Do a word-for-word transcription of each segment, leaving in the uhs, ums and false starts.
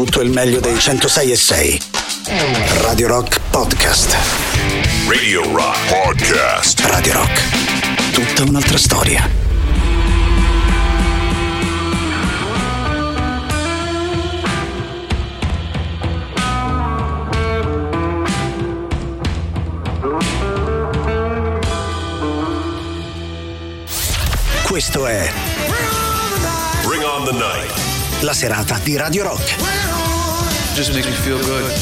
tutto il meglio dei centosei e sei. Radio Rock Podcast. Radio Rock Podcast. Radio Rock. Tutta un'altra storia. Questo è Bring on the Night. La serata di Radio Rock. Just makes me feel good.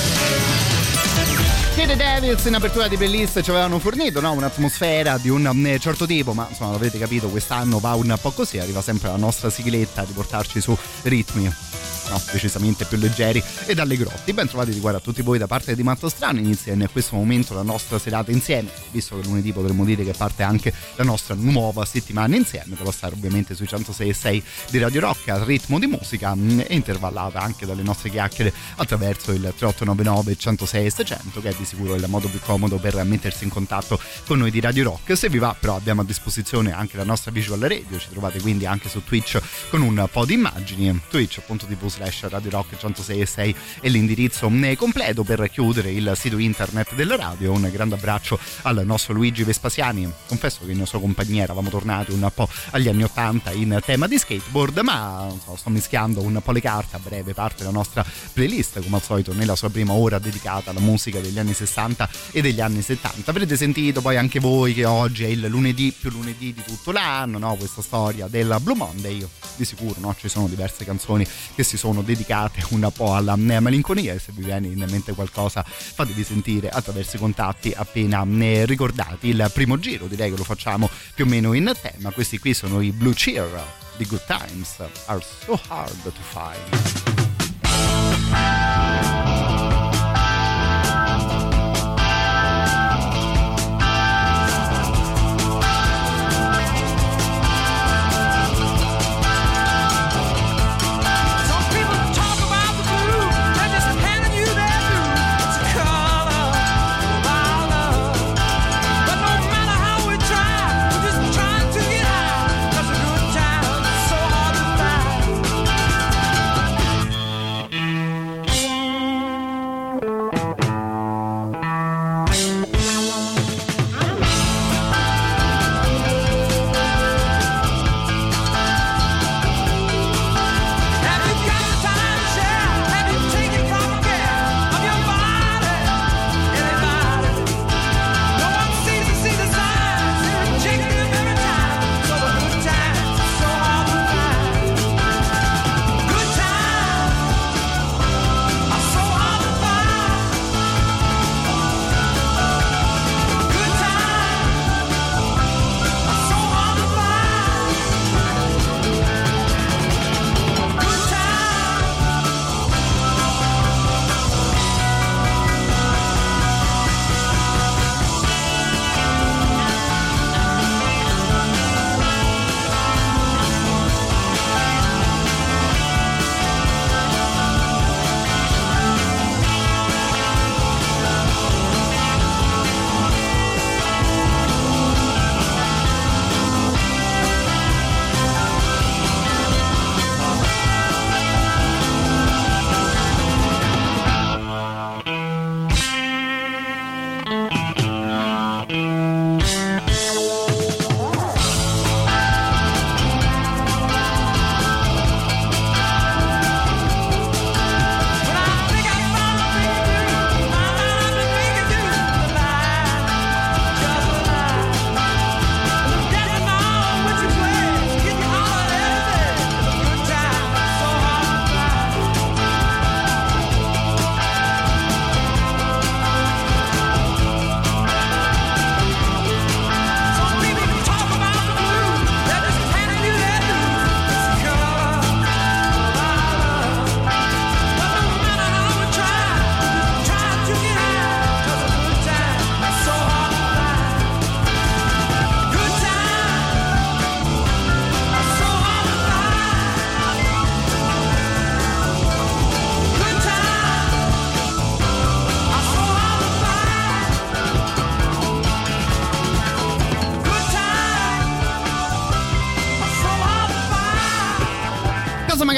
Che The Devils in apertura di playlist ci avevano fornito, no? Un'atmosfera di un certo tipo, ma insomma l'avete capito, quest'anno va un po' così, arriva sempre la nostra sigletta di portarci su ritmi, no, decisamente più leggeri ed allegrotti. Ben trovati di guarda a tutti voi da parte di Matto Strano. Inizia in questo momento la nostra serata insieme, visto che lunedì potremmo dire che parte anche la nostra nuova settimana insieme, per passare ovviamente sui centosei e sei di Radio Rock al ritmo di musica e intervallata anche dalle nostre chiacchiere attraverso il tre otto nove nove centosei e seicento, che è di sicuro il modo più comodo per mettersi in contatto con noi di Radio Rock. Se vi va però abbiamo a disposizione anche la nostra visual radio, ci trovate quindi anche su Twitch con un po' di immagini, twitch punto tv slash Radio Rock centosei e sei è l'indirizzo completo per chiudere il sito internet della radio. Un grande abbraccio al nostro Luigi Vespasiani, confesso che in sua compagnia eravamo tornati un po' agli anni ottanta in tema di skateboard, ma so, sto mischiando un po' le carte. A breve parte la nostra playlist come al solito nella sua prima ora dedicata alla musica degli anni sessanta e degli anni settanta. Avrete sentito poi anche voi che oggi è il lunedì più lunedì di tutto l'anno, no? Questa storia del Blue Monday, di sicuro, no? Ci sono diverse canzoni che si sono dedicate un po' alla malinconia, e se vi viene in mente qualcosa fatevi sentire attraverso i contatti appena ricordati. Il primo giro direi che lo facciamo più o meno in tema. Questi qui sono i Blue Cheer, The Good Times Are So Hard to Find.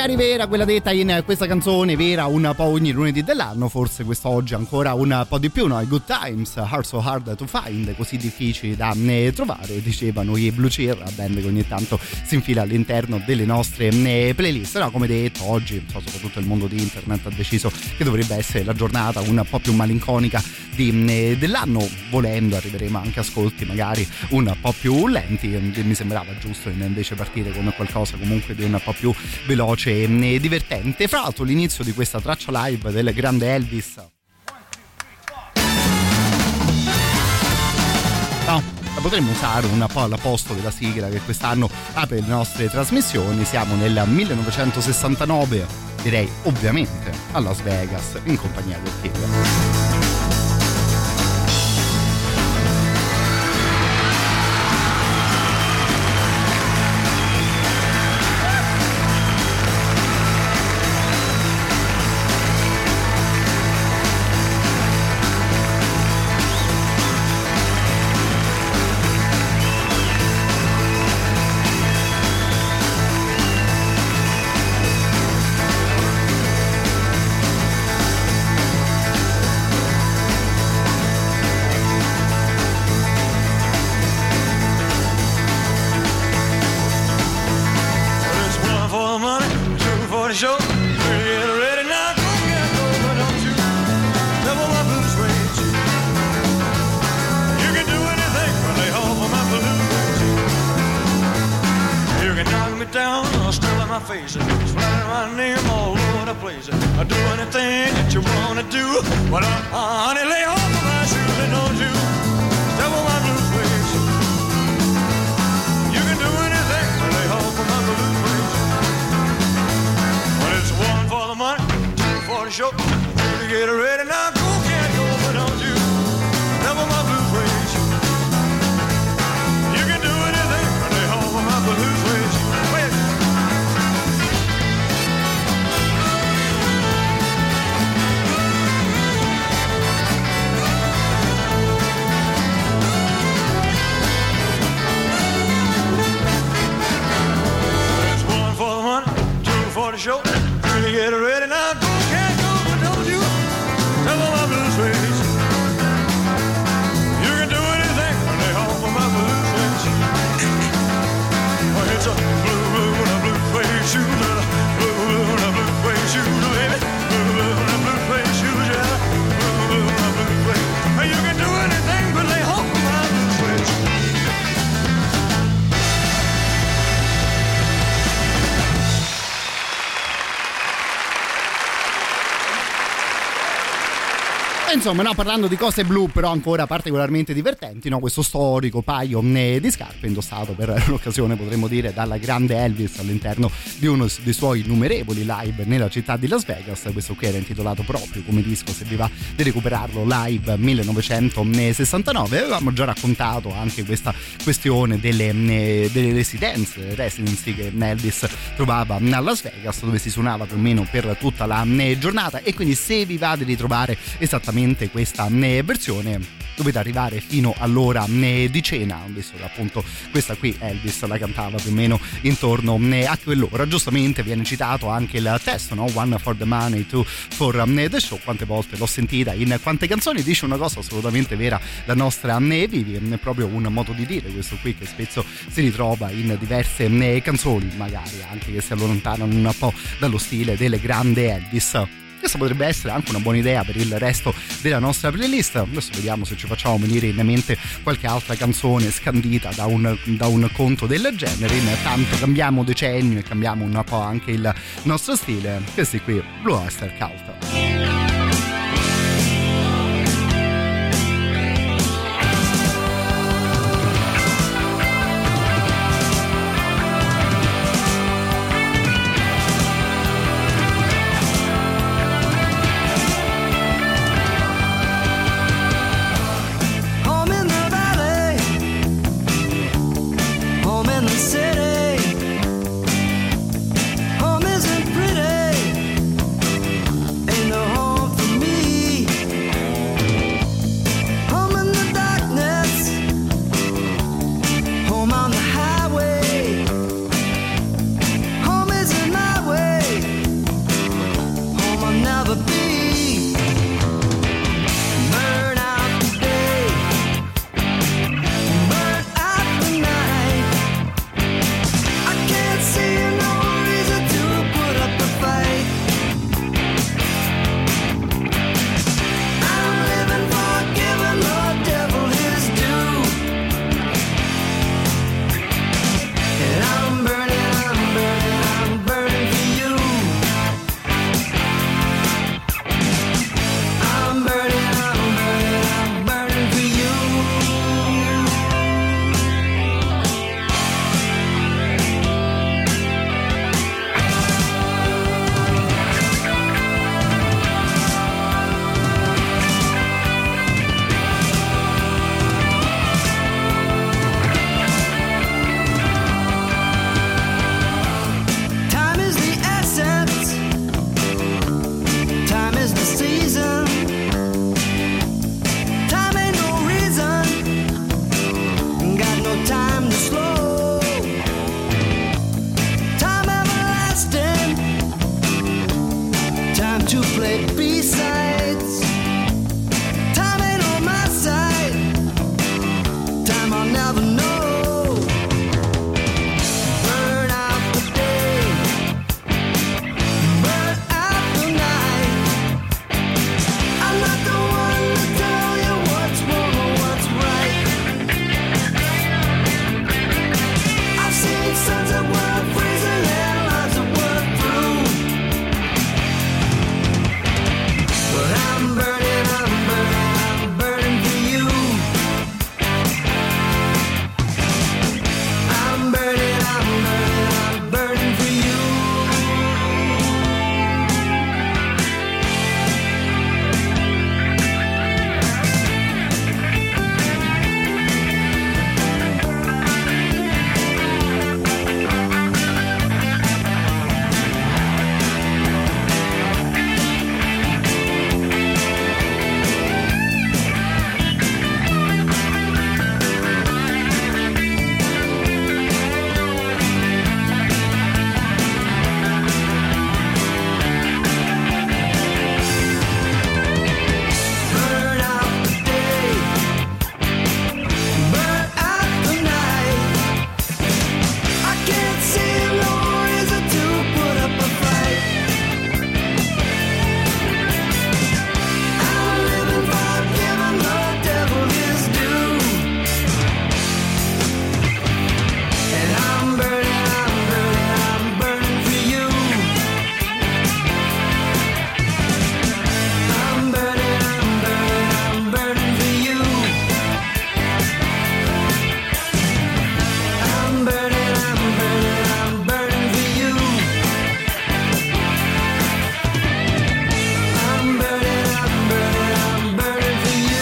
magari vera quella detta in questa canzone, vera un po' ogni lunedì dell'anno, forse quest'oggi ancora un po' di più, no? I Good Times, Are So Hard to Find, così difficili da eh, trovare, dicevano i Blue Cheer, la band che ogni tanto si infila all'interno delle nostre eh, playlist. No, come detto, oggi so, soprattutto il mondo di internet ha deciso che dovrebbe essere la giornata un po' più malinconica di, eh, dell'anno. Volendo arriveremo anche ascolti magari un po' più lenti, mi sembrava giusto invece partire con qualcosa comunque di un po' più veloce e divertente. Fra l'altro l'inizio di questa traccia live del grande Elvis, no, la potremmo usare un po' al posto della sigla che quest'anno apre le nostre trasmissioni. Siamo nel millenovecentosessantanove, direi ovviamente a Las Vegas, in compagnia del Kid. Insomma, no, parlando di cose blu però ancora particolarmente divertenti, no? Questo storico paio di scarpe indossato per l'occasione, potremmo dire, dalla grande Elvis all'interno di uno dei suoi innumerevoli live nella città di Las Vegas. Questo qui era intitolato proprio come disco, se vi va di recuperarlo, Live millenovecentosessantanove. Avevamo già raccontato anche questa questione delle, delle residenze, residency che Elvis trovava a Las Vegas, dove si suonava più o meno per tutta la giornata, e quindi se vi va di ritrovare esattamente questa versione dovete arrivare fino all'ora di cena, visto che appunto questa qui Elvis la cantava più o meno intorno a quell'ora. Giustamente viene citato anche il testo, no? One for the money, two for the show. Quante volte l'ho sentita, in quante canzoni. Dice una cosa assolutamente vera la nostra Vivi, è proprio un modo di dire questo qui che spesso si ritrova in diverse canzoni, magari anche che si allontanano un po' dallo stile delle grandi Elvis. Questa potrebbe essere anche una buona idea per il resto della nostra playlist. Adesso vediamo se ci facciamo venire in mente qualche altra canzone scandita da un, da un conto del genere. Intanto cambiamo decennio e cambiamo un po' anche il nostro stile. Questi qui, Blue Oyster Cult. Home isn't pretty, ain't no home to play B-sides. Time ain't on my side. Time I'll never know. Burn out the day, burn out the night. I'm not the one to tell you what's wrong or what's right. I've seen sons that were freezing and lives that were through. But I'm burning, I'm burning, I'm burning for you. I'm burning, I'm burning, I'm burning for you. Burn out the day, burn out the night. I can't see no reason to put up a fight. I'm living for giving the devil his due. And I'm burning, I'm burning, I'm burning for you. I'm burning, I'm burning, I'm burning for you. I'm burning, I'm burning, I'm burning for you. I'm burning, I'm burning, I'm burning for you.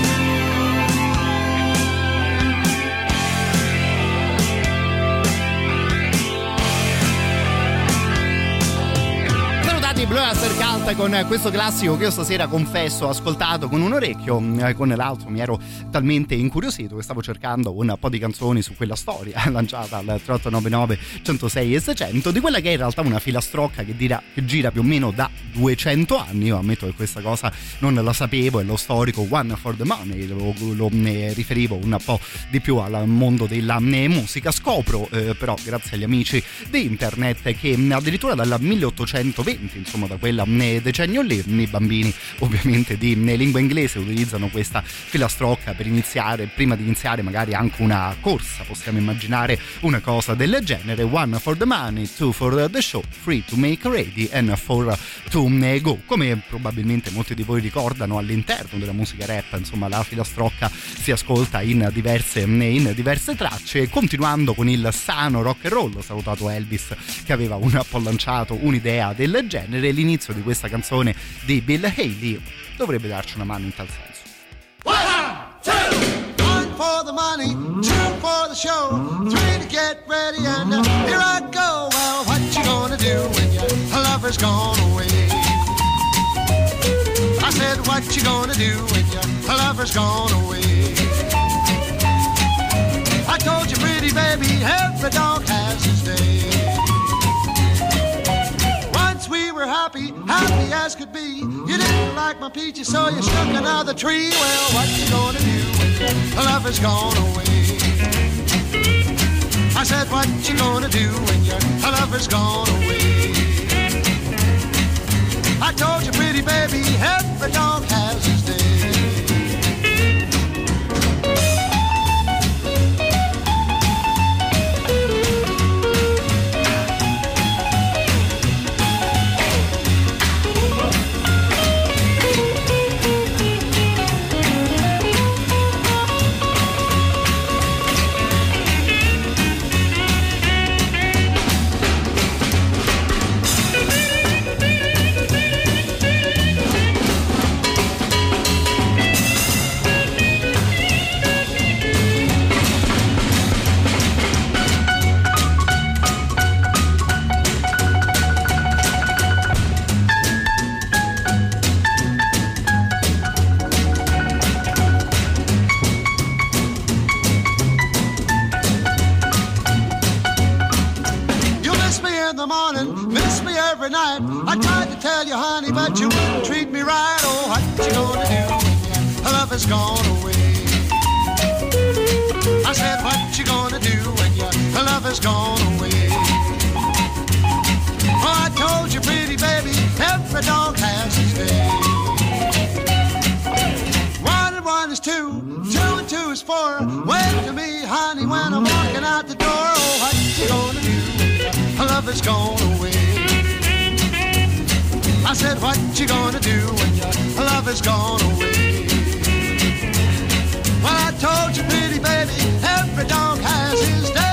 Salutati Blue Oyster Cult con questo classico che io stasera confesso ho ascoltato con un orecchio, eh, con l'altro mi ero talmente incuriosito che stavo cercando un po' di canzoni su quella storia lanciata al tre otto nove nove centosei e seicento di quella che è in realtà una filastrocca che, dirà, che gira più o meno da duecento anni. Io ammetto che questa cosa non la sapevo, è lo storico One for the Money, lo, lo ne riferivo un po' di più al mondo della eh, musica. Scopro eh, però grazie agli amici di internet che addirittura dal milleottocentoventi, insomma da quel eh, decennio lì, i bambini ovviamente di eh, lingua inglese utilizzano questa filastrocca per iniziare, prima di iniziare magari anche una corsa, possiamo immaginare una cosa del genere. One for the money, two for the show, three to make ready and four to go. Come probabilmente molti di voi ricordano, all'interno della musica rap insomma la filastrocca si ascolta in diverse, in diverse tracce, continuando con il sano rock and roll. Salutato Elvis che aveva un po' lanciato un'idea del genere. L'inizio di questa canzone di Bill Haley dovrebbe darci una mano in tal senso. One for the money, two for the show, three to get ready, and uh, here I go. Well, what you gonna do when your lover's gone away? I said, what you gonna do when your lover's gone away? I told you, pretty baby, every dog has his day. Once we were happy, happy as could be. You didn't like my peaches, so you struck another tree. Well, what you gonna do when your lover's gone away? I said, what you gonna do when your lover's gone away? I told you, pretty baby, every dog has his day. tell you, honey, but you wouldn't treat me right. Oh, what you gonna do when your love is gone away? I said, what you gonna do when your love is gone away? Oh, I told you, pretty baby, every dog has his day. One and one is two, two and two is four. Wave to me, honey, when I'm walking out the door. Oh, what you gonna do when your love is gone away? I said, what you gonna do when your love is gone away? Well, I told you, pretty baby, every dog has his day.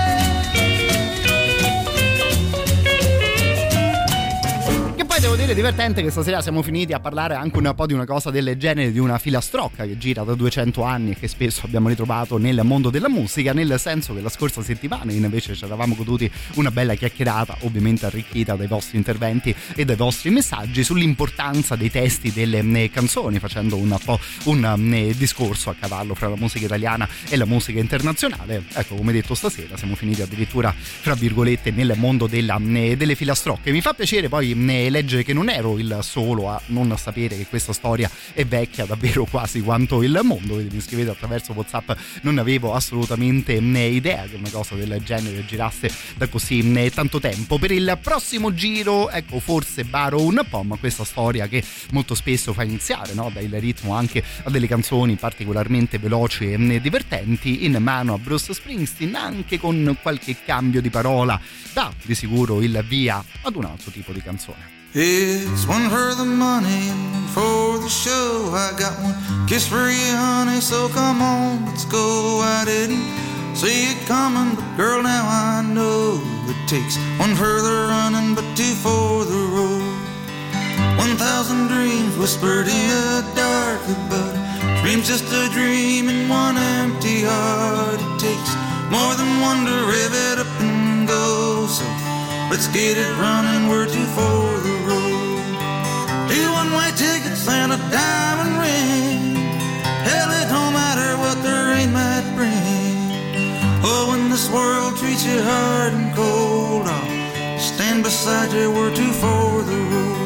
Poi devo dire divertente che stasera siamo finiti a parlare anche un po' di una cosa del genere, di una filastrocca che gira da duecento anni e che spesso abbiamo ritrovato nel mondo della musica, nel senso che la scorsa settimana invece ci eravamo goduti una bella chiacchierata, ovviamente arricchita dai vostri interventi e dai vostri messaggi, sull'importanza dei testi delle canzoni, facendo un po' un discorso a cavallo fra la musica italiana e la musica internazionale. Ecco, come detto, stasera siamo finiti addirittura, fra virgolette, nel mondo della, delle filastrocche. Mi fa piacere poi leggere che non ero il solo a non sapere che questa storia è vecchia davvero quasi quanto il mondo. Mi scrivete attraverso WhatsApp, non avevo assolutamente idea che una cosa del genere girasse da così tanto tempo. Per il prossimo giro, ecco, forse baro un po', ma questa storia che molto spesso fa iniziare, no, dal ritmo anche a delle canzoni particolarmente veloci e divertenti, in mano a Bruce Springsteen, anche con qualche cambio di parola, dà di sicuro il via ad un altro tipo di canzone. It's one for the money and for the show. I got one kiss for you, honey, so come on, let's go. I didn't see it coming, but girl, now I know it takes one for the running, but two for the road. One thousand dreams whispered in the dark, but a dream's just a dream in one empty heart. It takes more than one to rev it up and go, so let's get it running, we're two for the road. Two one-way tickets and a diamond ring. Hell, it don't matter what the rain might bring. Oh, when this world treats you hard and cold, I'll stand beside you, we're two for the road.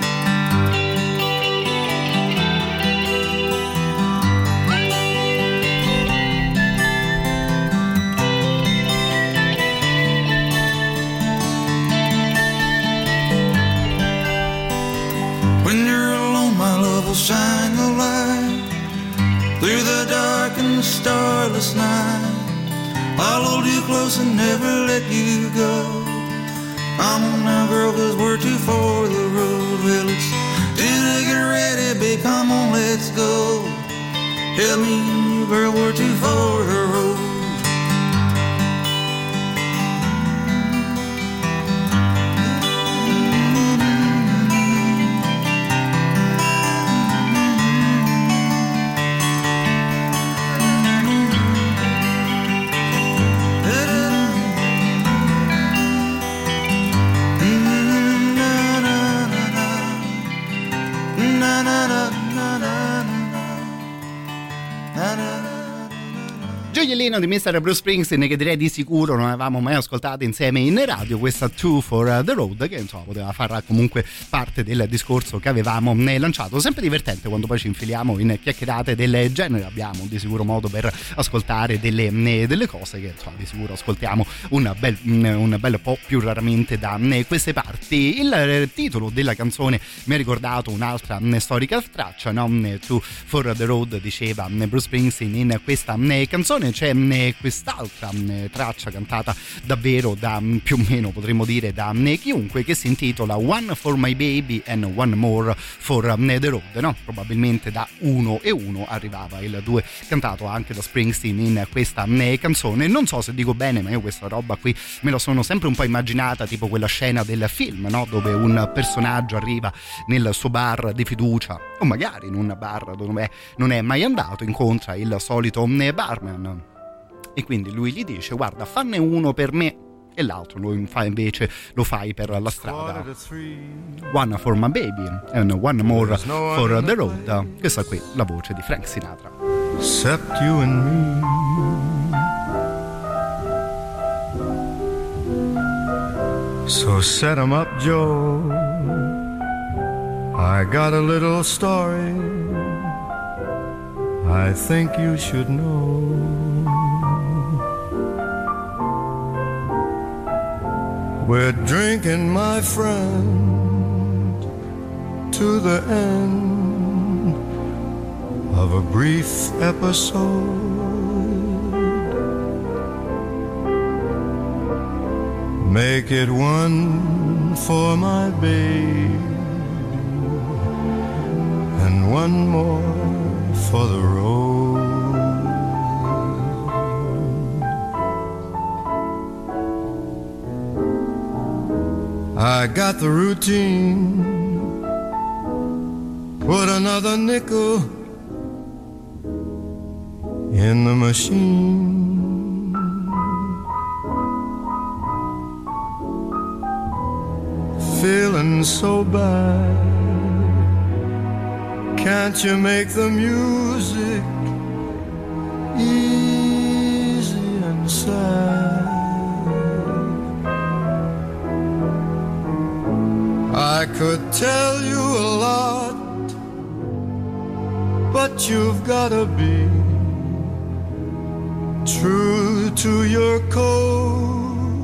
Shine the light through the dark and starless night. I'll hold you close and never let you go. Come on now, girl, cause we're two for the road. Well, it's two to get ready, babe, come on, let's go. Tell me and you, girl, we're two for the road. Gioiellino di mister Bruce Springsteen, che direi di sicuro non avevamo mai ascoltato insieme in radio, questa Two for the Road, che insomma poteva far comunque parte del discorso che avevamo lanciato. Sempre divertente quando poi ci infiliamo in chiacchierate del genere, abbiamo di sicuro modo per ascoltare delle, delle cose che insomma di sicuro ascoltiamo un bel, un bel po' più raramente da queste parti. Il titolo della canzone mi ha ricordato un'altra storica traccia, no? Two for the Road, diceva Bruce Springsteen in questa canzone. C'è quest'altra traccia cantata davvero da più o meno, potremmo dire, da chiunque, che si intitola One for My Baby and One More for the Road, no? Probabilmente da uno e uno arrivava il due, cantato anche da Springsteen in questa canzone. Non so se dico bene, ma io questa roba qui me la sono sempre un po' immaginata tipo quella scena del film, no? Dove un personaggio arriva nel suo bar di fiducia, o magari in un bar dove non è mai andato, incontra il solito barman e quindi lui gli dice: guarda, fanne uno per me, e l'altro lui fa invece lo fai per la strada. One for my baby and one more for the road. Questa qui la voce di Frank Sinatra. Except you and me. So set 'em up, Joe. I got a little story I think you should know. We're drinking, my friend, to the end of a brief episode. Make it one for my baby and one more for the road. I got the routine, put another nickel in the machine. Feeling so bad, can't you make the music easy and sad? I could tell you a lot, but you've gotta be true to your code.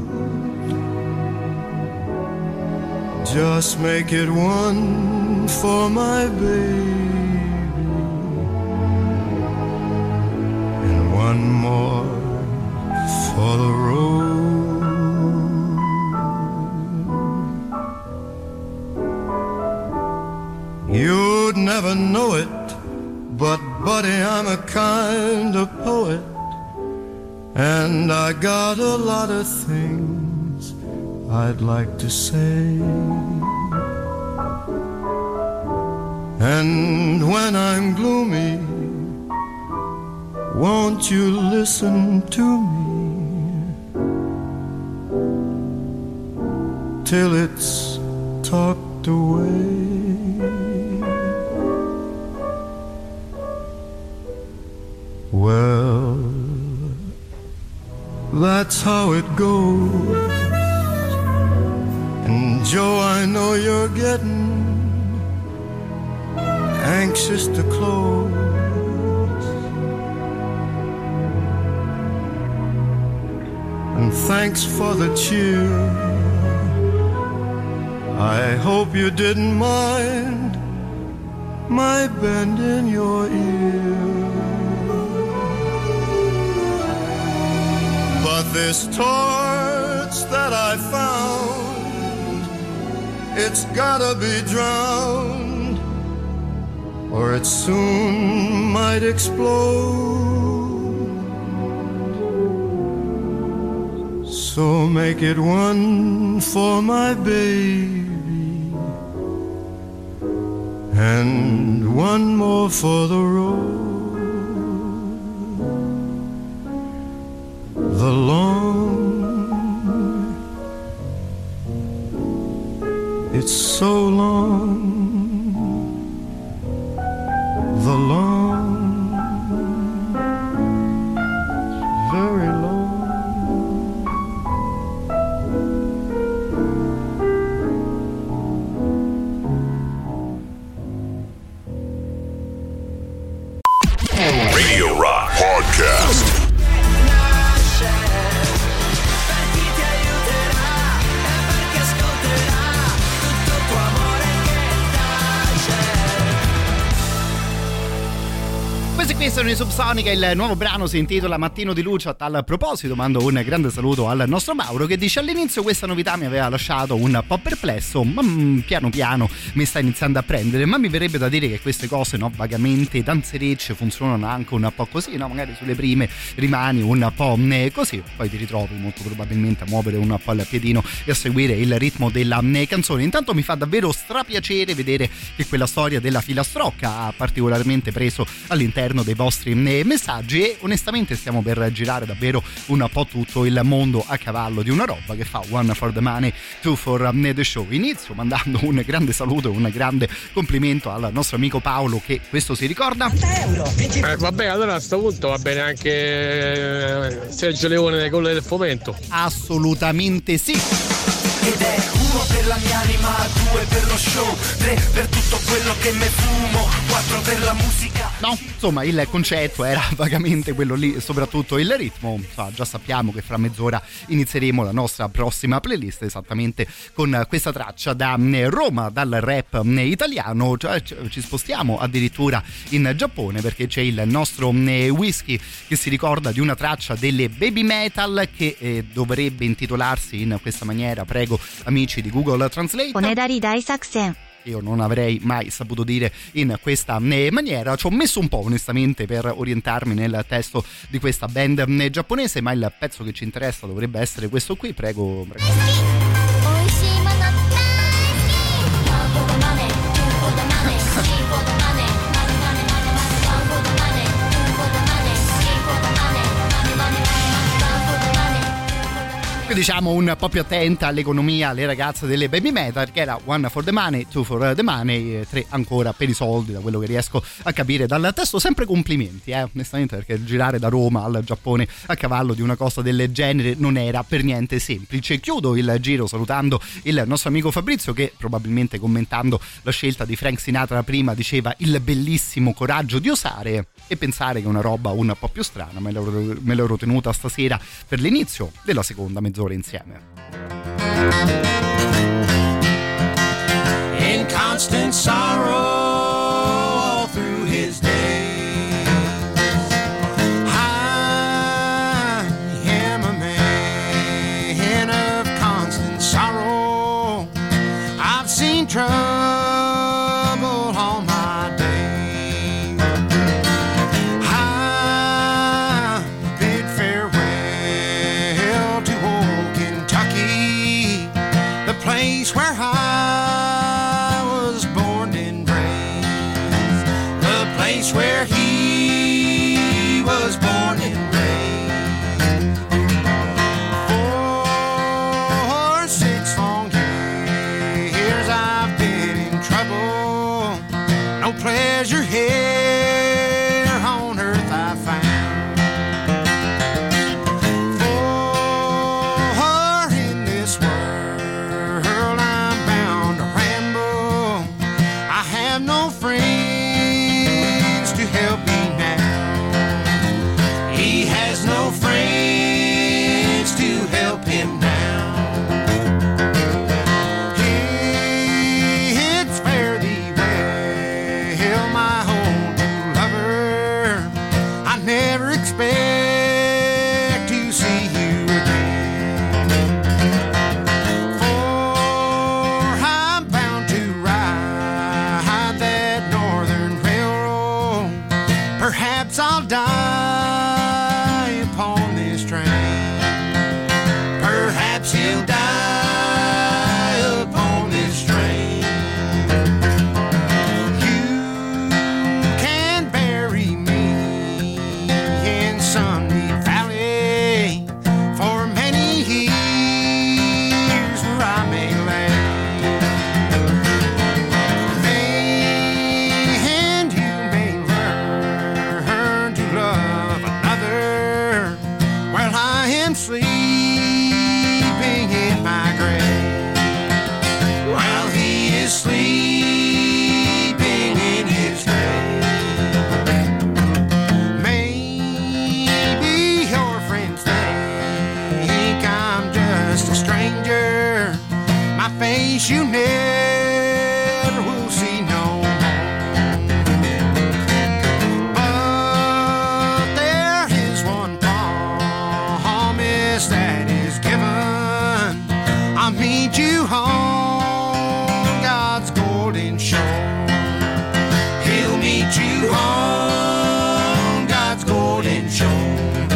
Just make it one for my baby and one more for the road. You'd never know it, but buddy, I'm a kind of poet, and I got a lot of things I'd like to say. And when I'm gloomy, won't you listen to me till it's talked away? Well, that's how it goes. And Joe, I know you're getting anxious to close. And thanks for the cheer. I hope you didn't mind my bend in your ear. But this torch that I found, it's gotta be drowned, or it soon might explode. So make it one for my baby and one more for the road. The long, it's so long. The long, very long. Radio Rock Podcast. Questi qui sono i Subsonica, il nuovo brano si intitola Mattino di Luce. A tal proposito mando un grande saluto al nostro Mauro, che dice: all'inizio questa novità mi aveva lasciato un po' perplesso, ma piano piano mi sta iniziando a prendere. Ma mi verrebbe da dire che queste cose, no, vagamente danzerecce, funzionano anche un po' così, no? Magari sulle prime rimani un po' così, poi ti ritrovi molto probabilmente a muovere un po' il piedino e a seguire il ritmo della canzone. Intanto mi fa davvero strapiacere vedere che quella storia della filastrocca ha particolarmente preso all'interno dei vostri messaggi, e onestamente stiamo per girare davvero un po' tutto il mondo a cavallo di una roba che fa one for the money, two for the show. Inizio mandando un grande saluto e un grande complimento al nostro amico Paolo, che questo si ricorda. Eh, vabbè, allora a sto punto va bene anche Sergio Leone dei Colle del Fomento. Assolutamente sì. Ed è Uno per la mia anima, due per lo show, tre per tutto quello che me fumo, quattro per la musica. No, insomma il concetto era vagamente quello lì, soprattutto il ritmo. Insomma, già sappiamo che fra mezz'ora inizieremo la nostra prossima playlist esattamente con questa traccia da Roma, dal rap italiano. Cioè, ci spostiamo addirittura in Giappone perché c'è il nostro Whisky che si ricorda di una traccia delle Baby Metal che eh, dovrebbe intitolarsi in questa maniera, prego amici di Google Translate. Onedari Daisakusen. Io non avrei mai saputo dire in questa maniera, ci ho messo un po' onestamente per orientarmi nel testo di questa band giapponese, ma il pezzo che ci interessa dovrebbe essere questo qui, prego, prego. Diciamo un po' più attenta all'economia alle ragazze delle Baby Metal, che era one for the money, two for the money, e tre ancora per i soldi, da quello che riesco a capire dal testo. Sempre complimenti, eh, onestamente, perché girare da Roma al Giappone a cavallo di una cosa del genere non era per niente semplice. Chiudo il giro salutando il nostro amico Fabrizio che probabilmente commentando la scelta di Frank Sinatra prima diceva il bellissimo coraggio di osare e pensare che è una roba un po' più strana, me l'ero, me l'ero tenuta stasera per l'inizio della seconda mezz'ora insieme. In constant sorrow all through his days, I am a man of constant sorrow. I've seen trouble all my days. I bid farewell to old Kentucky, the place where I was born and raised, the place where he was born and raised. For six long years I've been in trouble, no pleasure here on earth I found. For in this world I'm bound to ramble, I have no friends to help me now. He has no friends to help him now. It's fare thee well, my old new lover. I never expect to see you again, for I'm bound to ride that northern railroad. Perhaps I'll die upon this train. Perhaps he'll die upon this train. You can bury me in Sunbeam Valley for many years where I may lay. And you may learn to love another while I am sleeping in my grave, while he is sleeping in his grave. Maybe your friends think I'm just a stranger, my face you never will see no more. But there is one promise that is given, I'll meet you on God's golden shore. He'll meet you on God's golden shore.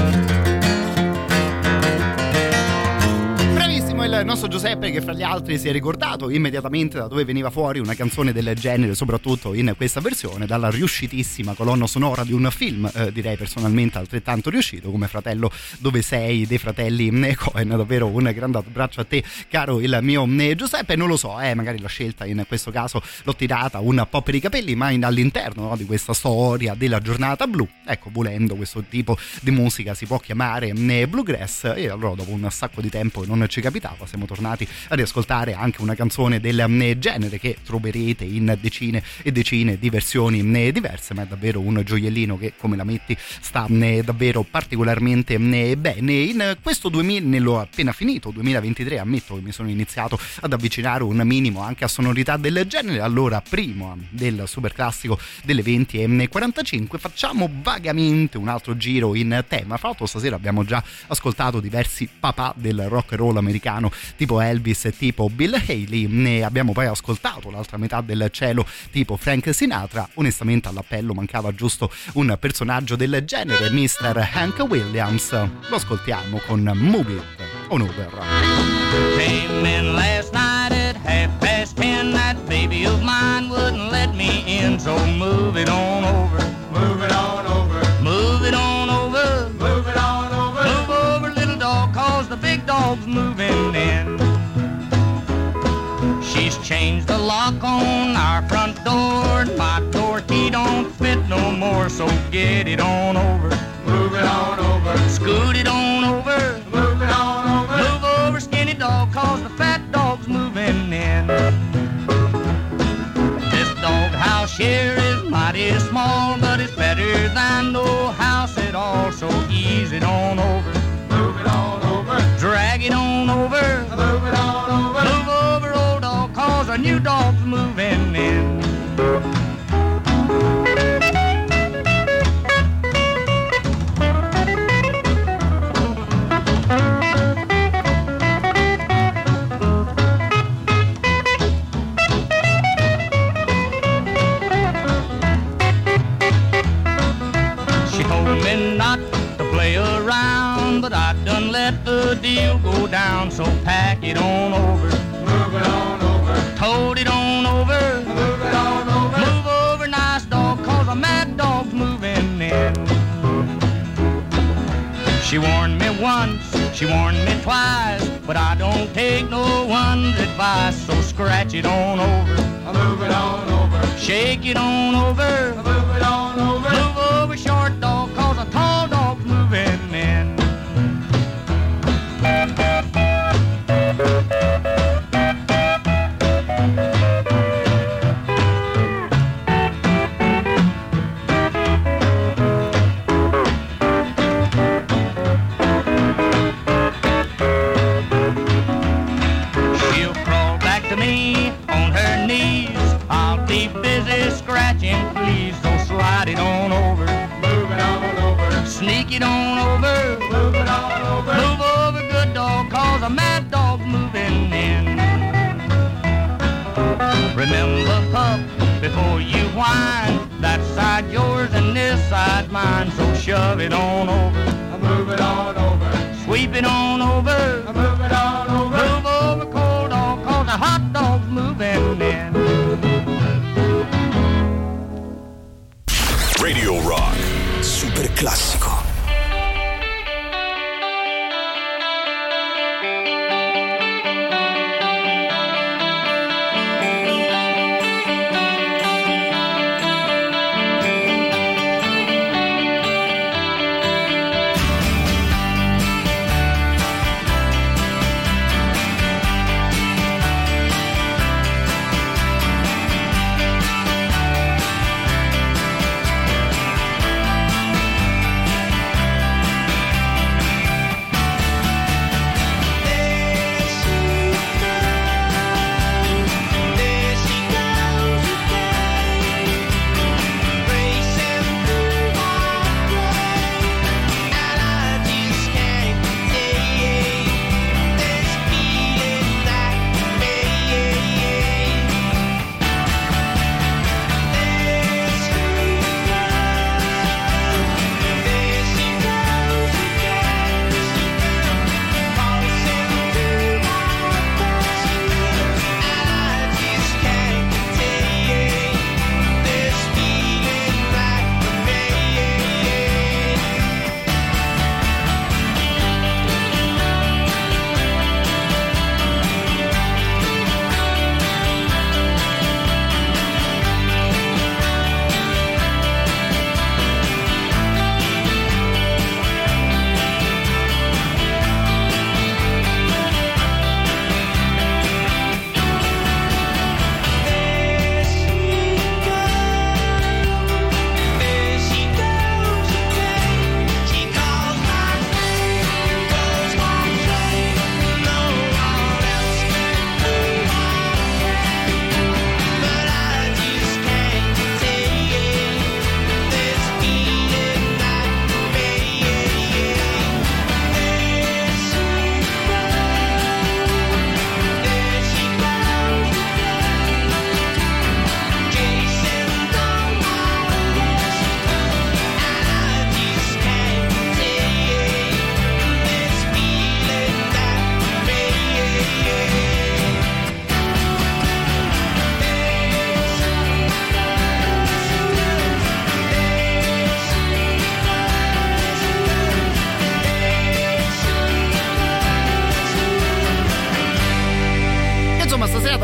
Bravissimo il nostro Giuseppe che fra gli altri si è ricordato immediatamente da dove veniva fuori una canzone del genere, soprattutto in questa versione, dalla riuscitissima colonna sonora di un film, eh, direi personalmente altrettanto riuscito come Fratello dove sei dei fratelli Coen. Davvero un grande abbraccio a te caro il mio Giuseppe. Non lo so, eh, magari la scelta in questo caso l'ho tirata un po' per i capelli, ma in, all'interno, no, di questa storia della giornata blu, ecco, volendo questo tipo di musica si può chiamare bluegrass, e allora dopo un sacco di tempo che non ci capitava siamo siamo tornati a riascoltare anche una canzone del genere che troverete in decine e decine di versioni diverse, ma è davvero un gioiellino che, come la metti, sta davvero particolarmente bene. In questo duemila, nello appena finito duemilaventitré, ammetto che mi sono iniziato ad avvicinare un minimo anche a sonorità del genere, allora primo del super classico delle venti e quarantacinque facciamo vagamente un altro giro in tema. Fra l'altro stasera abbiamo già ascoltato diversi papà del rock and roll americano tipo Elvis e tipo Bill Haley, ne abbiamo poi ascoltato l'altra metà del cielo tipo Frank Sinatra. Onestamente all'appello mancava giusto un personaggio del genere, mister Hank Williams. Lo ascoltiamo con Move It On Over. Came in last night at half past ten. That baby of mine wouldn't let me in, so move it on over. Move it on over. Move it on over. Move it on over. Move over, little dog, cause the big dog's moving in. She's changed the lock on our front door, and my door key don't fit no more, so get it on over. Move it on over. Scoot it on over. Move it on over. Move over, skinny dog, cause the fat dog's moving in. This dog house here is mighty small, but it's better than no house at all, so ease it on over. Move it on over. Drag it on over. Move it on over. Move over, old dog, cause a new dog's moving in. But I done let the deal go down, so pack it on over. Move it on over. Tote it on over. Move it on over. Move over, nice dog, cause a mad dog's moving in. She warned me once, she warned me twice, but I don't take no one's advice, so scratch it on over. Move it on over. Shake it on over. Move it on over. Move over, short dog, cause a tall dog's moving in. She'll crawl back to me on her knees. I'll be busy scratching, please, so slide it on over. Move it on over. Sneak it on over. Move it on over. Move over, good dog, cause a mad dog's moving in. Remember, pup, before you whine, that side yours and this side mine, so shove it on over. Move it on over. Sweep it on over. Move it on over. Move over, cold dog, cause a hot dog's moving in. Radio Rock. Super classico.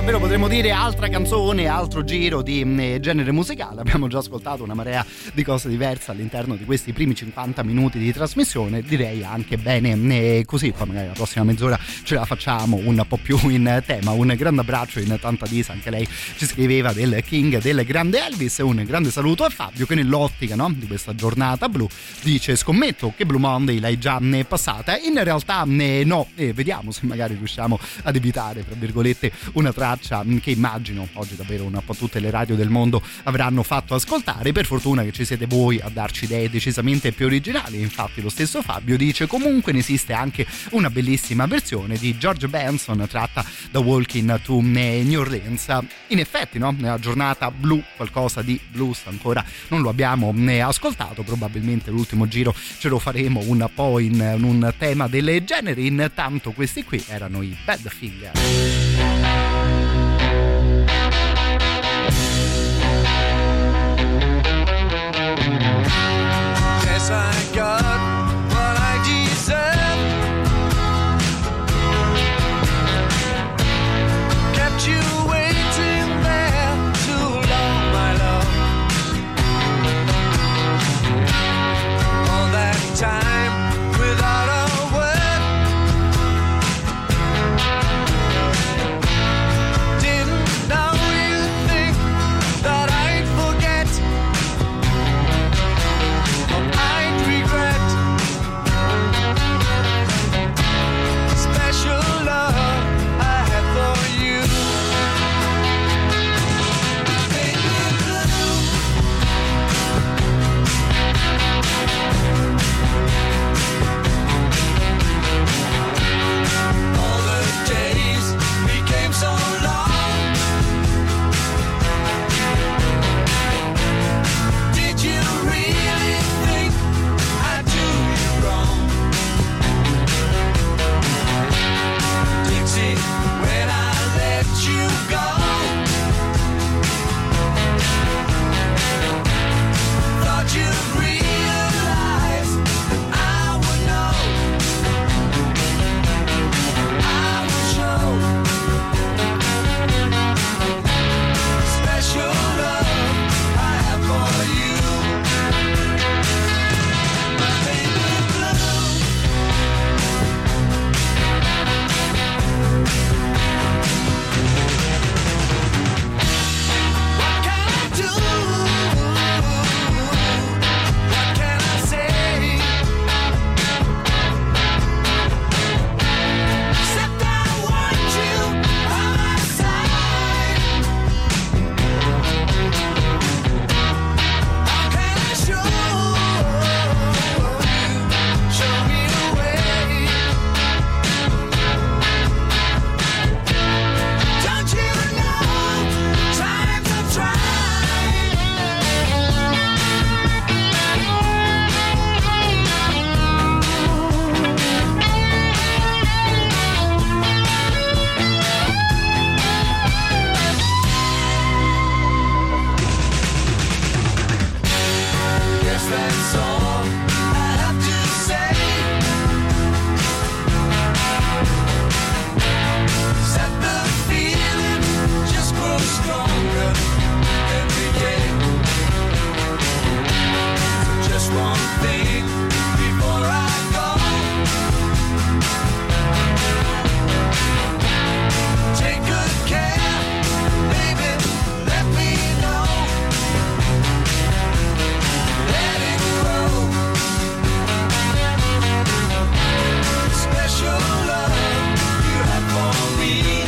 davvero potremmo dire altra canzone, altro giro di eh, genere musicale. Abbiamo già ascoltato una marea di cose diverse all'interno di questi primi cinquanta minuti di trasmissione, direi anche bene eh, così. Poi magari la prossima mezz'ora ce la facciamo un po' più in tema. Un grande abbraccio in tanta Disa, anche lei ci scriveva del King, del grande Elvis. Un grande saluto a Fabio che nell'ottica, no, di questa giornata blu dice: scommetto che Blue Monday l'hai già ne passata. In realtà ne no, e vediamo se magari riusciamo ad evitare, tra virgolette, una traccia che immagino oggi davvero un po' tutte le radio del mondo avranno fatto ascoltare. Per fortuna che ci siete voi a darci idee decisamente più originali. Infatti lo stesso Fabio dice: comunque ne esiste anche una bellissima versione di George Benson tratta da Walking to New Orleans. In effetti, no, nella giornata blu qualcosa di blues ancora non lo abbiamo né ascoltato. Probabilmente l'ultimo giro ce lo faremo un po' in, in un tema del genere. Intanto questi qui erano i Badfinger. Yes, I got what I deserve. Kept you waiting there too long, my love. All that time without a word. Didn't know you'd think that I'd forget, or I'd regret. Special love I have for you. Baby blue. All the days became so long. Did you really think I'd do you wrong? Dixie, when I let you go, thought you'd realize that I would know, I would show special love I have for you. My baby blue. What can I do? What can I say? Except I want you by my side. How can I show you, show me the way? Don't you know times I've tried? Guess that's all I have to say. Set the feeling just grows stronger every day. So just one thing before I go. Take good care, baby, let me know. Let it grow. Special love you have for me.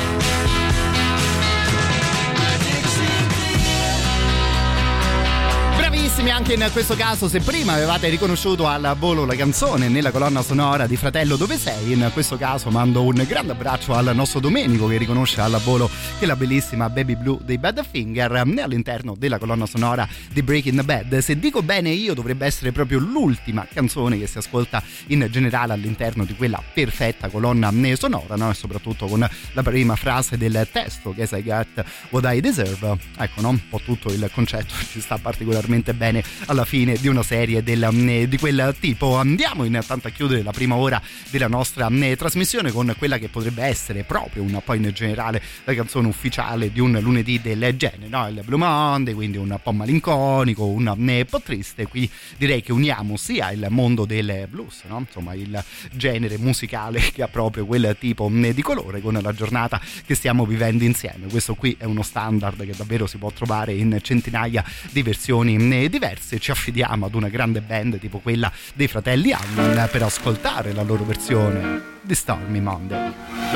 Dixie dear. Bravissimi anche in questo caso. Se prima avevate riconosciuto al volo la canzone nella colonna sonora di Fratello dove sei, in questo caso mando un grande abbraccio al nostro Domenico che riconosce al volo che la bellissima Baby Blue dei Badfinger all'interno della colonna sonora di Breaking Bad. Se dico bene io, dovrebbe essere proprio l'ultima canzone che si ascolta in generale all'interno di quella perfetta colonna sonora, no? E soprattutto con la prima frase del testo, Guess I Got What I Deserve. Ecco, no? Un po' tutto il concetto ci sta particolarmente veramente bene alla fine di una serie del, di quel tipo. Andiamo intanto a chiudere la prima ora della nostra trasmissione con quella che potrebbe essere proprio un po' in generale la canzone ufficiale di un lunedì del genere, no? Il Blue Monday, quindi un po' malinconico, un po' triste. Qui direi che uniamo sia il mondo del blues, no? Insomma il genere musicale che ha proprio quel tipo di colore, con la giornata che stiamo vivendo insieme. Questo qui è uno standard che davvero si può trovare in centinaia di versioni diverse. Ci affidiamo ad una grande band tipo quella dei fratelli Allen per ascoltare la loro versione di Stormy Monday.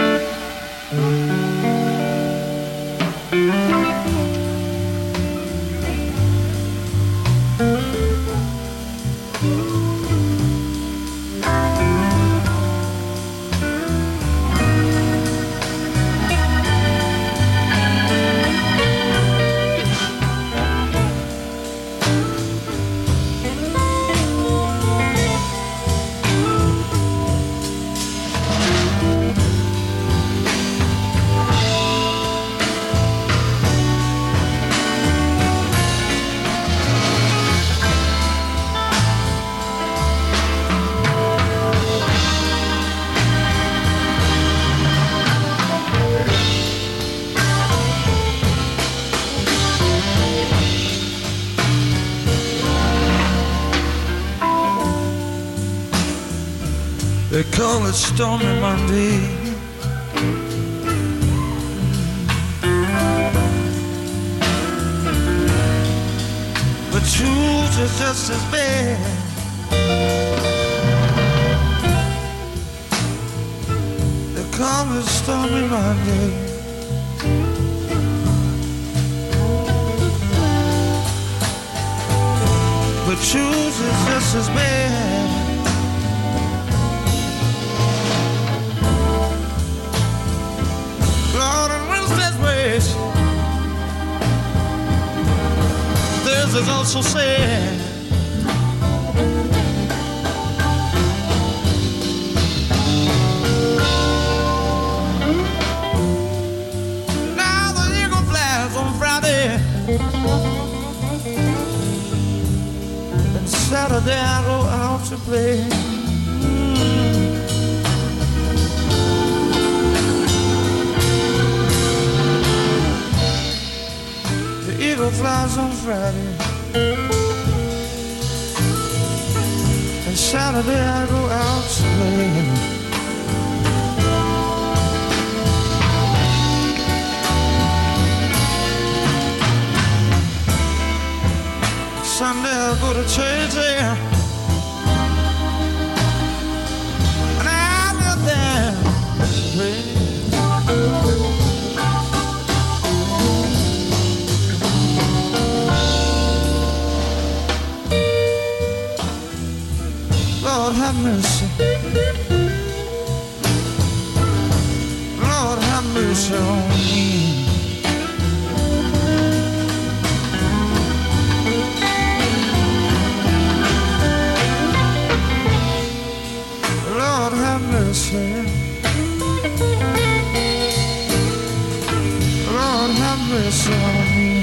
They call it Stormy Monday. But Tuesday's just as bad. They call it Stormy Monday. But Tuesday's just as bad. Lord, and Wednesday's ways, Thursday's also sad. Now the eagle flies on Friday, and Saturday I go out to play. Eagle flies on Friday, and Saturday I go out to play. Sunday I go to church there, and I get there to pray. Lord have mercy, Lord have mercy on me. Lord have mercy, Lord have mercy on me.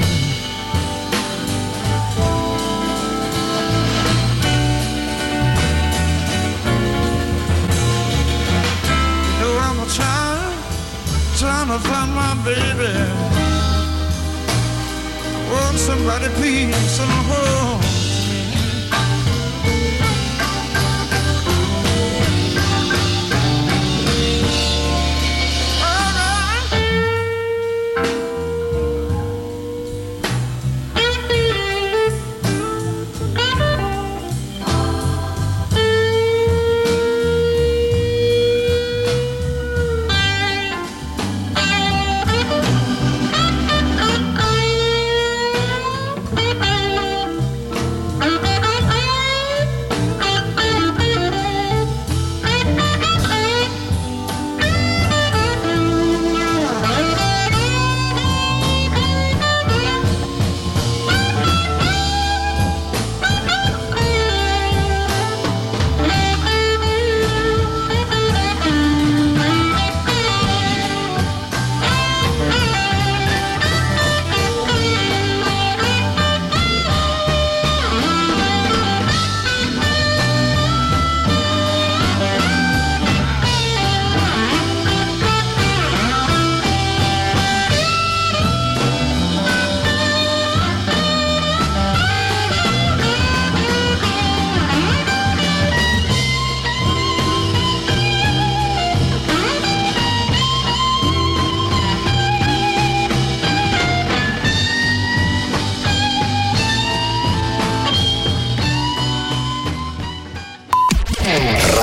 Trying, trying to find my baby. Won't somebody please send her home?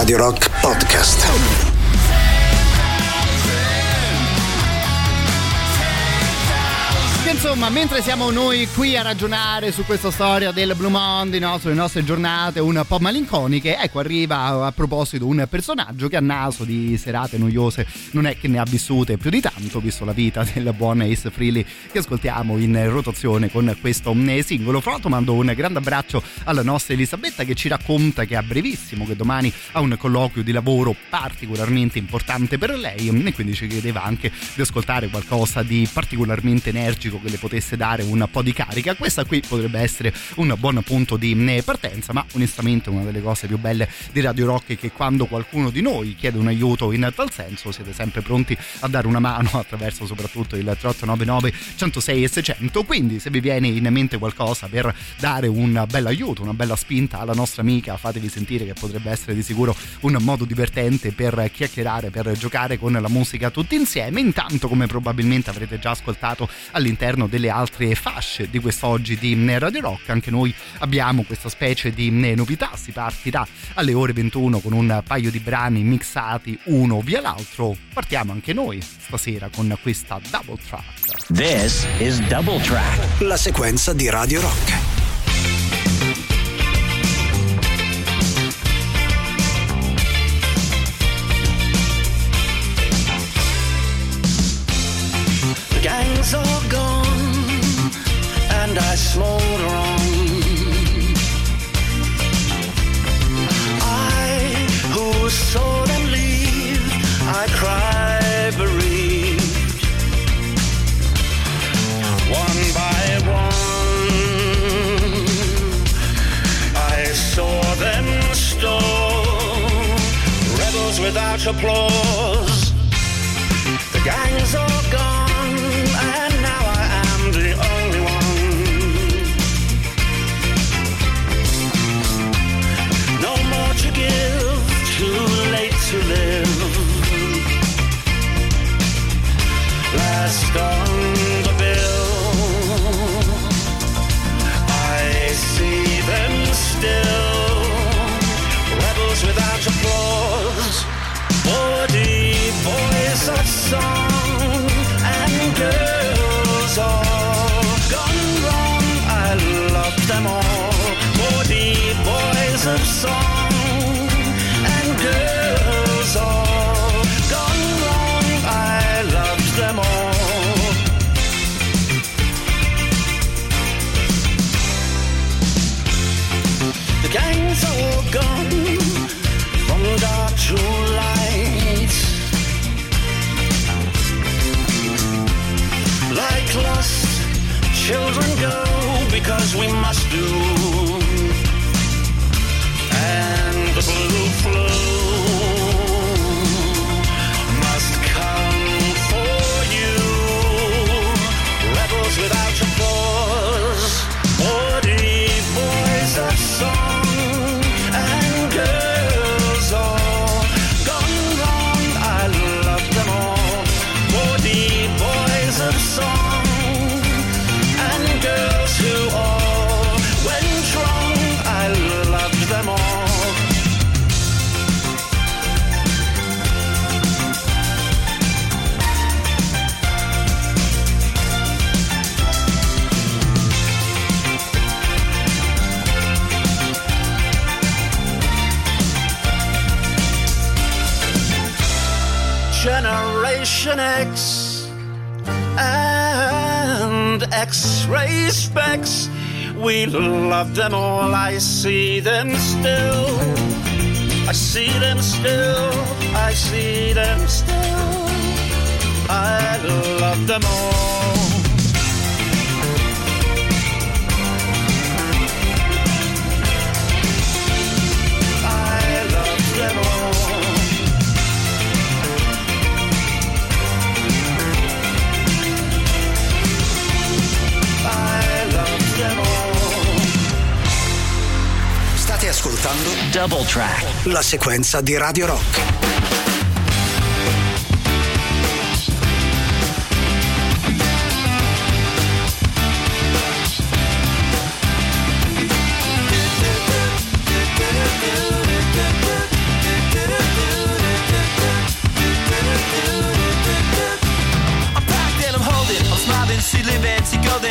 Radio Rock Podcast. Insomma, mentre siamo noi qui a ragionare su questa storia del Blue Monday, no? Sulle nostre giornate un po' malinconiche, ecco, arriva a proposito un personaggio che a naso di serate noiose non è che ne ha vissute più di tanto, visto la vita del buon Ace Frehley, che ascoltiamo in rotazione con questo singolo. Fra l'altro mando un grande abbraccio alla nostra Elisabetta, che ci racconta che a brevissimo, che domani ha un colloquio di lavoro particolarmente importante per lei, e quindi ci chiedeva anche di ascoltare qualcosa di particolarmente energico che le potesse dare un po' di carica. Questa qui potrebbe essere un buon punto di partenza, ma onestamente una delle cose più belle di Radio Rock è che quando qualcuno di noi chiede un aiuto in tal senso siete sempre pronti a dare una mano attraverso soprattutto il tre otto nove nove centosei e seicento. Quindi se vi viene in mente qualcosa per dare un bel aiuto, una bella spinta alla nostra amica, fatevi sentire, che potrebbe essere di sicuro un modo divertente per chiacchierare, per giocare con la musica tutti insieme. Intanto, come probabilmente avrete già ascoltato all'interno delle altre fasce di quest'oggi di Radio Rock, anche noi abbiamo questa specie di novità. Si partirà alle ore ventuno con un paio di brani mixati uno via l'altro. Partiamo anche noi stasera con questa double track. This is Double Track, la sequenza di Radio Rock. The gang's all gone and I smolder on. I who saw them leave, I cry bereaved. One by one I saw them stone, rebels without applause. The gang's all gone and now I am the only one. No more to give, too late to live. Last on the bill, I see them still, rebels without applause. Forty boys of song and girls all gone wrong, I love them all. Forty boys of song and girls all gone wrong, I loved them all. The gang's all gone from dark to light, like lost children go because we must do, and the blue flu must come for you, rebels without applause. Forty boys of song and girls all gone wrong, I love them all. Forty boys of song and girls who all went wrong, I loved them all. Generation X and X-ray specs, we love them all. I see them still, I see them still, I see them still, I love them all. I love them all. State ascoltando Double Track, la sequenza di Radio Rock.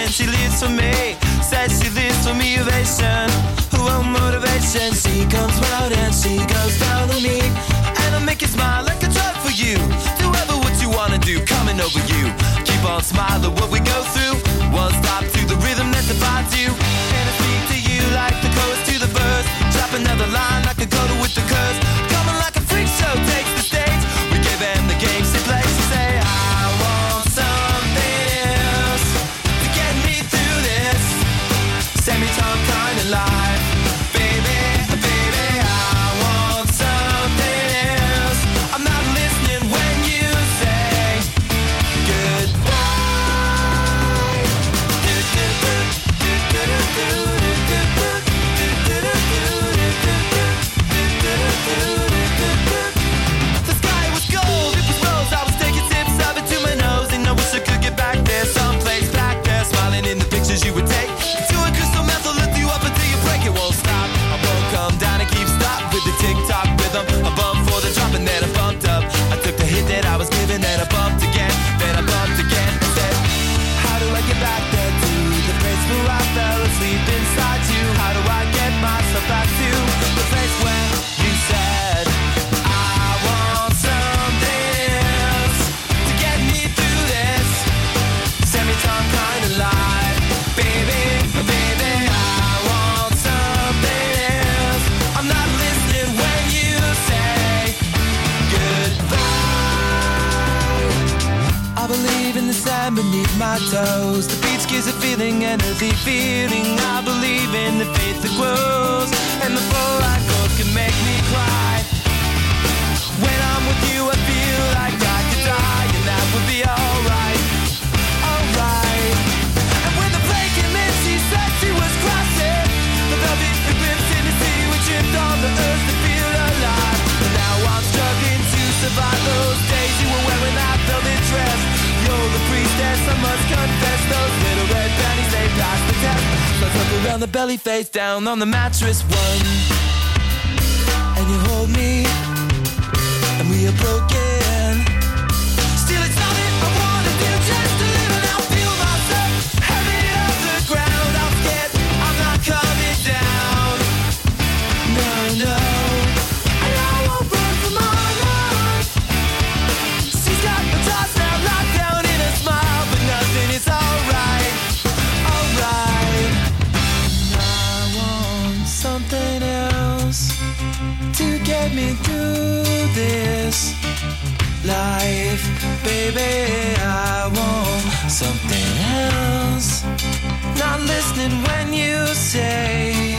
and she lives for me. Says she lives for me, ovation, oh motivation. She comes round and she goes down on me, and I make you smile like a drug for you. Do ever what you wanna do, coming over you. Keep on smiling what we go through. One stop to the rhythm that divides you, and I speak to you like the chorus to the verse. Drop another line like a coda with the curse. Coming like a freak show takes the stage. We give them the game she plays. She say I want something else to get me through this semi-time kind of life. Baby, baby, I want something else. I'm not listening when you say goodbye. The sky was gold, it was rose. I was taking sips of it to my nose, and I wish I could get back there, someplace back there, smiling in the pictures you would take. To a crystal method, lift you up until you break. It won't stop. I won't come down and keep stop with the tick-tock rhythm. I bumped for the drop and then I bumped up. I took the hit that I was given and I bumped again. Then I bumped again and said, how do I get back there to the place where I fell asleep inside you? How do I get myself back to the place where you said I want something else to get me through this semi-time kind of life? Baby, baby, I want something else. I'm not listening when you say goodbye. I believe in the sand beneath my toes. The beach gives a feeling, an earthy feeling. I believe in the faith that grows, and the flow I go can make me cry. When I'm with you I feel like I could die, and that would be alright, alright. And when the plane came in she said she was crossing the velvet glimpse in the sea. We tripped on the earth to feel alive, and now I'm struggling to survive those days you were wearing that velvet dress. You're the priestess, I must confess. Those little red panties, they passed the test. So I tuck around the belly, face down on the mattress one, and you hold me, and we are broken. Still it's not it I wanna do, just to live and I'll feel myself heavy off the ground. I'm scared I'm not coming down. No, no, and I won't run from my life. She's got the toss now locked down in a smile, but nothing is alright, alright. I want something else to get me through this life. Baby, I want something else. Not listening when you say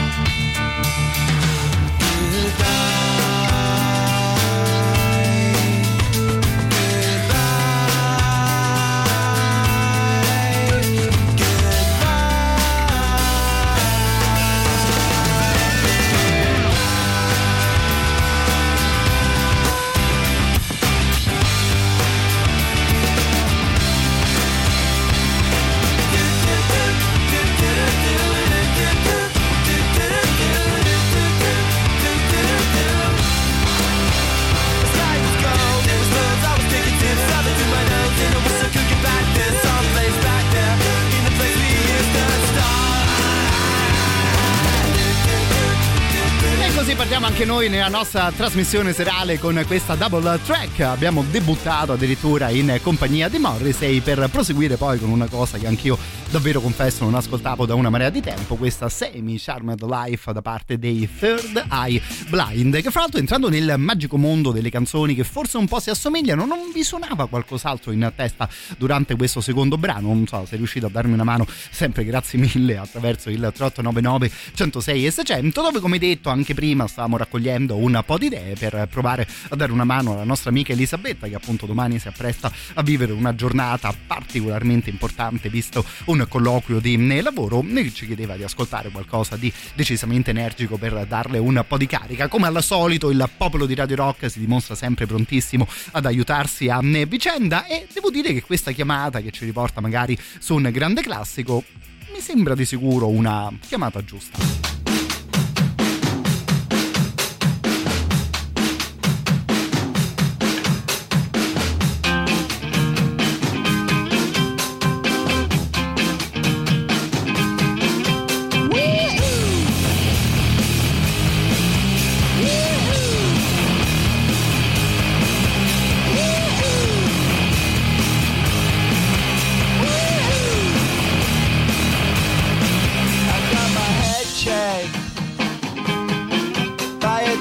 così partiamo anche noi nella nostra trasmissione serale con questa double track. Abbiamo debuttato addirittura in compagnia di Morrissey per proseguire poi con una cosa che anch'io davvero confesso non ascoltavo da una marea di tempo, questa Semi Charmed Life da parte dei Third Eye Blind, che fra l'altro entrando nel magico mondo delle canzoni che forse un po' si assomigliano, non vi suonava qualcos'altro in testa durante questo secondo brano? Non so se riuscite a darmi una mano, sempre grazie mille attraverso il tre otto nove nove centosei e seicento, dove come detto anche prima stavamo raccogliendo un po' di idee per provare a dare una mano alla nostra amica Elisabetta, che appunto domani si appresta a vivere una giornata particolarmente importante visto un colloquio di lavoro. Ci chiedeva di ascoltare qualcosa di decisamente energico per darle un po' di carica. Come al solito il popolo di Radio Rock si dimostra sempre prontissimo ad aiutarsi a vicenda, e devo dire che questa chiamata che ci riporta magari su un grande classico mi sembra di sicuro una chiamata giusta.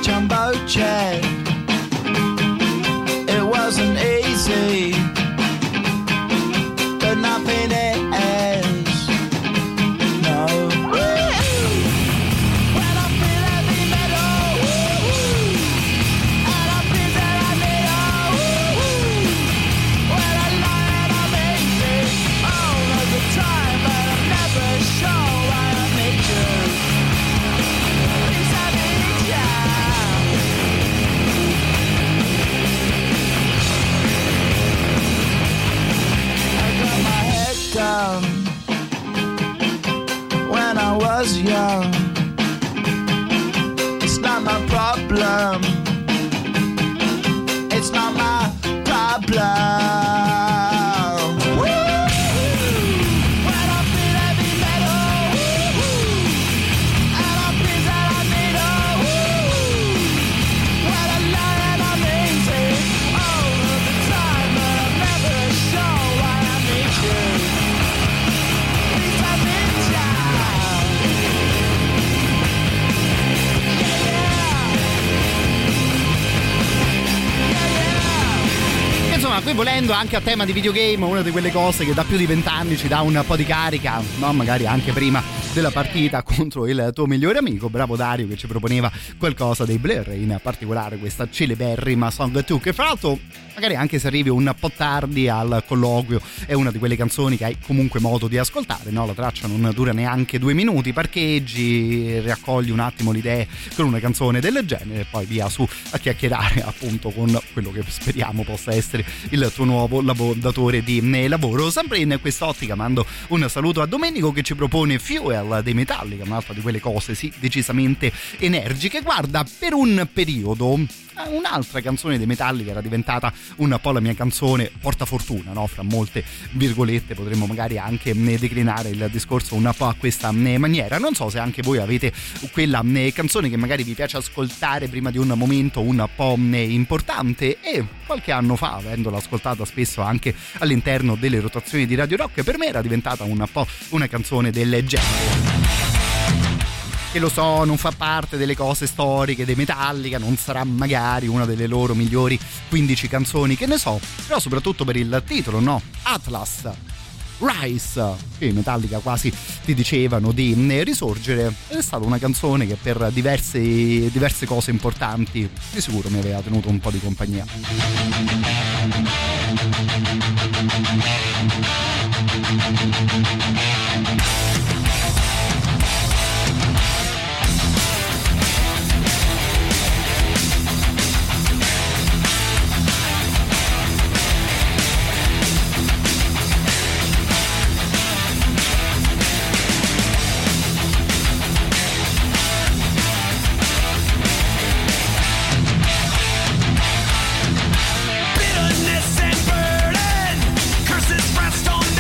jumbo jet. It wasn't easy, but nothing is. No. When I feel heavy metal, and I feel that I need a when I lie and I'm easy all of the time, but I'm never sure why I need you. Please I need ya. I got my head down when I was young. It's not my problem. It's not my problem. When I feel heavy metal, and I feel that I need a when I lie and I'm easy all of the time, but I'm never sure why I need you. Please I need ya. Insomma, qui volendo anche a tema di videogame, una di quelle cose che da più di vent'anni ci dà un po' di carica, no? Magari anche prima della partita contro il tuo migliore amico. Bravo Dario che ci proponeva qualcosa dei Blur, in particolare questa celeberrima Song due, che fra l'altro magari anche se arrivi un po' tardi al colloquio è una di quelle canzoni che hai comunque modo di ascoltare, no? La traccia non dura neanche due minuti, parcheggi, raccogli un attimo le idee con una canzone del genere e poi via su a chiacchierare appunto con quello che speriamo possa essere il tuo nuovo lav- datore di lavoro. Sempre in quest'ottica mando un saluto a Domenico che ci propone Fuel dei Metallica, un'altra di quelle cose sì decisamente energiche. Guarda, per un periodo un'altra canzone dei Metallica era diventata un po' la mia canzone portafortuna, no? Fra molte virgolette potremmo magari anche declinare il discorso un po' a questa maniera. Non so se anche voi avete quella canzone che magari vi piace ascoltare prima di un momento un po' importante, e qualche anno fa, avendola ascoltata spesso anche all'interno delle rotazioni di Radio Rock, per me era diventata un po' una canzone del genere. E lo so, non fa parte delle cose storiche dei Metallica, non sarà magari una delle loro migliori quindici canzoni, che ne so, però soprattutto per il titolo, no? Atlas Rise, che i Metallica quasi ti dicevano di risorgere, ed è stata una canzone che per diverse, diverse cose importanti di sicuro mi aveva tenuto un po' di compagnia. Bitterness and burden, curses rest on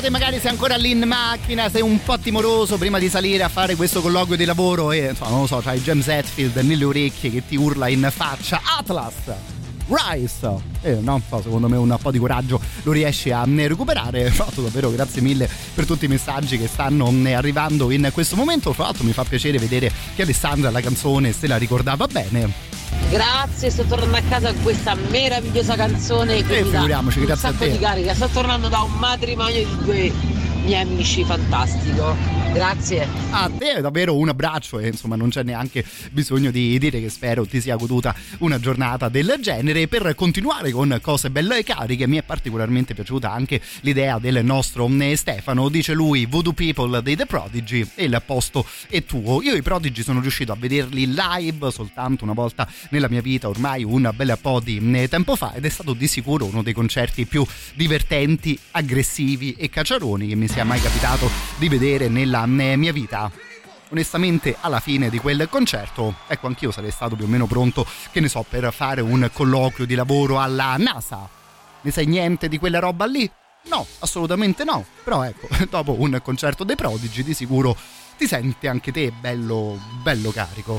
scusate, magari sei ancora lì in macchina, sei un po' timoroso prima di salire a fare questo colloquio di lavoro e insomma, non lo so, c'hai James Hetfield nelle orecchie che ti urla in faccia Atlas, Rise, eh, no, so, secondo me un po' di coraggio lo riesci a recuperare. Fatto davvero, grazie mille per tutti i messaggi che stanno arrivando in questo momento. Fra l'altro mi fa piacere vedere che Alessandra la canzone se la ricordava bene. Grazie, sto tornando a casa con questa meravigliosa canzone che eh, mi dà figuriamoci, un grazie sacco a te. di carica. Sto tornando da un matrimonio di due miei amici, fantastico. Grazie a te, davvero un abbraccio e insomma non c'è neanche bisogno di dire che spero ti sia goduta una giornata del genere. Per continuare con cose belle e cariche, mi è particolarmente piaciuta anche l'idea del nostro Stefano. Dice lui: Voodoo People dei The Prodigy e il posto è tuo. Io i Prodigy sono riuscito a vederli live soltanto una volta nella mia vita, ormai un bel po' di tempo fa, ed è stato di sicuro uno dei concerti più divertenti, aggressivi e cacciaroni che mi sia mai capitato di vedere nella mia vita. Onestamente alla fine di quel concerto, ecco, anch'io sarei stato più o meno pronto, che ne so, per fare un colloquio di lavoro alla NASA. Ne sai niente di quella roba lì? No, assolutamente no. Però ecco, dopo un concerto dei Prodigy di sicuro ti senti anche te bello bello carico.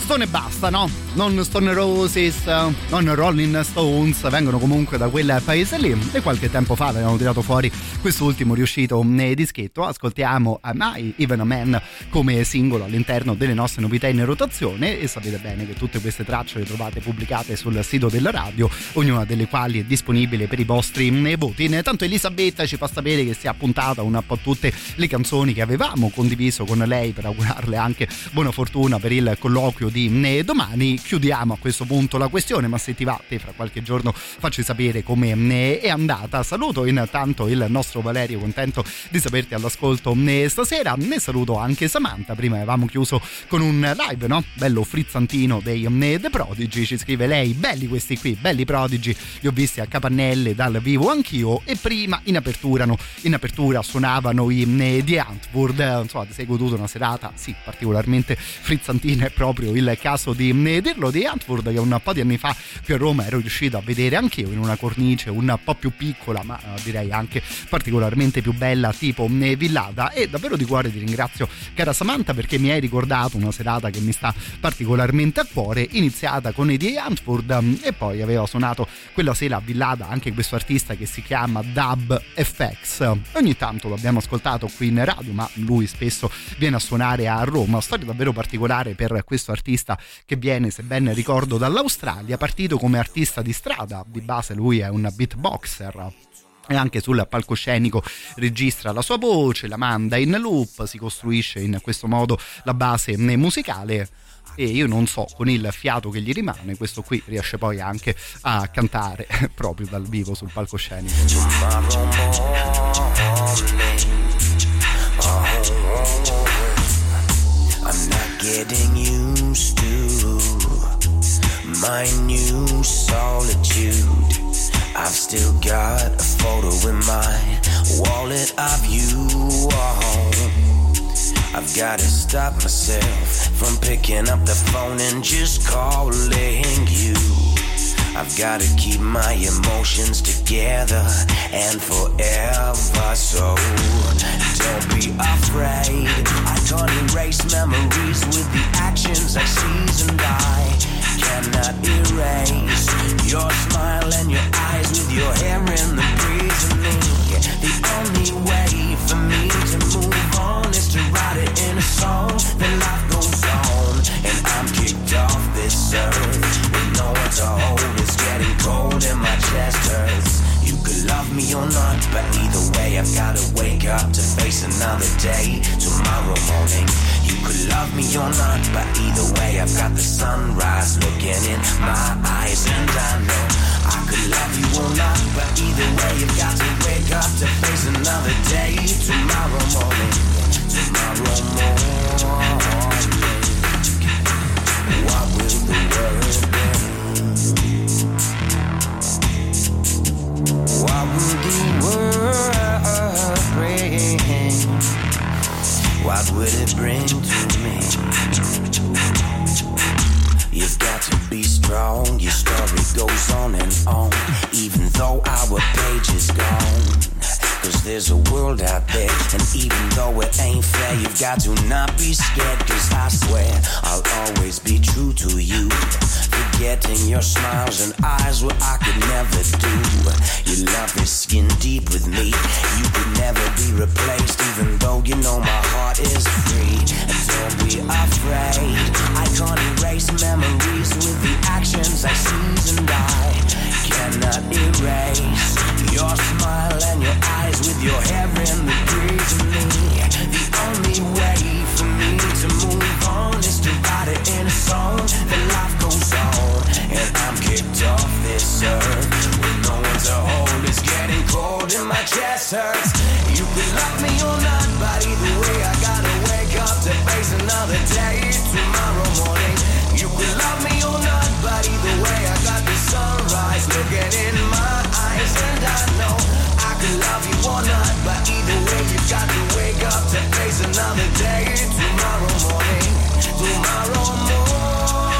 Stone e basta, no? Non Stone Roses, non Rolling Stones, vengono comunque da quel paese lì e qualche tempo fa avevano tirato fuori quest'ultimo riuscito dischetto. Ascoltiamo Am I Even a Man come singolo all'interno delle nostre novità in rotazione e sapete bene che tutte queste tracce le trovate pubblicate sul sito della radio, ognuna delle quali è disponibile per i vostri voti. Intanto Elisabetta ci fa sapere che si è appuntata un po' tutte le canzoni che avevamo condiviso con lei per augurarle anche buona fortuna per il colloquio di domani. Chiudiamo a questo punto la questione, ma se ti va te fra qualche giorno facci sapere come è andata. Saluto intanto il nostro Valerio, contento di saperti all'ascolto stasera. Ne saluto anche Samantha. Prima avevamo chiuso con un live, no? Bello frizzantino dei The Prodigy, ci scrive lei. Belli questi qui, belli Prodigy, li ho visti a Capannelle dal vivo anch'io. E prima in apertura, no? in apertura suonavano i The Antwoord. Insomma, ti sei goduto una serata sì particolarmente frizzantina, è proprio il caso di dirlo. The Antwoord che un po' di anni fa qui a Roma ero riuscito a vedere anch'io in una cornice un po' più piccola, ma eh, direi anche particolarmente più bella, tipo Villada. E davvero di cuore ti ringrazio, cara Samantha, perché mi hai ricordato una serata che mi sta particolarmente a cuore, iniziata con i The Antwoord e poi aveva suonato quella sera a Villada anche questo artista che si chiama Dub F X. Ogni tanto l'abbiamo ascoltato qui in radio, ma lui spesso viene a suonare a Roma. Storia davvero particolare per questo artista che viene, se ben ricordo, dall'Australia, partito come artista di strada. Di base lui è un beatboxer e anche sul palcoscenico registra la sua voce, la manda in loop, si costruisce in questo modo la base musicale e io non so, con il fiato che gli rimane, questo qui riesce poi anche a cantare proprio dal vivo sul palcoscenico. I'm not getting used to my new solitude. I've still got a photo in my wallet of you. Oh, I've gotta stop myself from picking up the phone and just calling you. I've gotta keep my emotions together and forever, so don't be afraid. I can't erase memories with the actions I seize, and I cannot erase your smile and your eyes with your hair in the breeze of me. The only way for me to move on is to write it in a song. Then life goes on and I'm kicked off this earth with no one to hold. It's getting cold and my chest hurts. You could love me or not, but either way I've gotta wake up to face another day. Tomorrow morning you could love me or not, but either way I've got the sunrise looking in my eyes. And I know I could love you or not, but either way you've got to wake up to face another day. Tomorrow morning, tomorrow morning, what will the world bring? What will the world bring? What will it bring to me? You've got to be strong, your story goes on and on, even though our page is gone. Cause there's a world out there, and even though it ain't fair, you've got to not be scared. Cause I swear I'll always be true to you, forgetting your smiles and eyes, what I could never do. Your love is skin deep with me, you could never be replaced, even though you know my heart is free. And don't be afraid, I can't erase memories with the actions I seize, and I cannot erase your smile and your eyes with your hair in the breeze of me. The only way for me to move on is to write it in a song. Then life goes on and I'm kicked off this earth with no one to hold. It's getting cold and my chest hurts. You could love me or not, but either way I gotta wake up to face another day. Tomorrow morning you could love me or not, but either way I got the sunrise looking in my eyes. And I know I could love you or not, but either way you've got to wake up to face another day. Tomorrow morning, tomorrow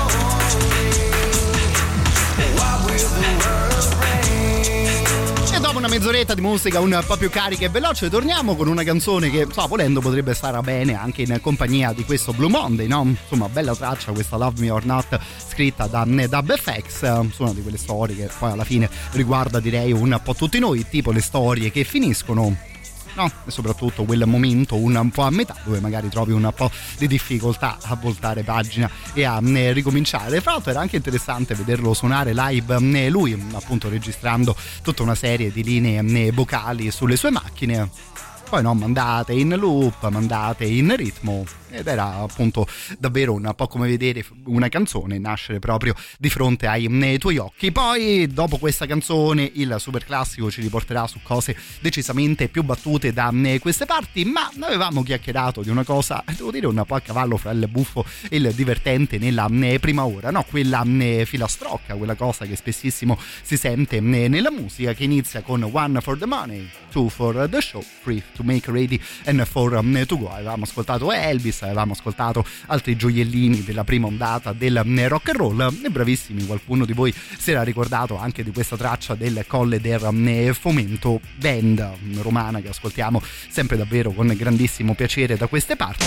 morning, what will the world bring? E Dopo una mezz'oretta di musica un po' più carica e veloce, torniamo con una canzone che, so, volendo potrebbe stare bene anche in compagnia di questo Blue Monday, no? Insomma, bella traccia questa Love Me or Not, scritta da Dub F X, su una di quelle storie che poi alla fine riguarda, direi, un po' tutti noi, tipo le storie che finiscono, no? E soprattutto quel momento un po' a metà dove magari trovi un po' di difficoltà a voltare pagina e a eh, ricominciare. Fra l'altro era anche interessante vederlo suonare live, eh, lui appunto registrando tutta una serie di linee eh, vocali sulle sue macchine, poi no, mandate in loop, mandate in ritmo, ed era appunto davvero un po' come vedere una canzone nascere proprio di fronte ai nei tuoi occhi. Poi dopo questa canzone il super classico ci riporterà su cose decisamente più battute da queste parti, ma avevamo chiacchierato di una cosa, devo dire, un po' a cavallo fra il buffo e il divertente nella prima ora, no? Quella filastrocca, quella cosa che spessissimo si sente nella musica, che inizia con one for the money, two for the show, three to make ready and four to go. Avevamo ascoltato Elvis, avevamo ascoltato altri gioiellini della prima ondata del rock and roll, e bravissimi, qualcuno di voi si era ricordato anche di questa traccia del Colle del Fomento, band romana che ascoltiamo sempre davvero con grandissimo piacere da queste parti.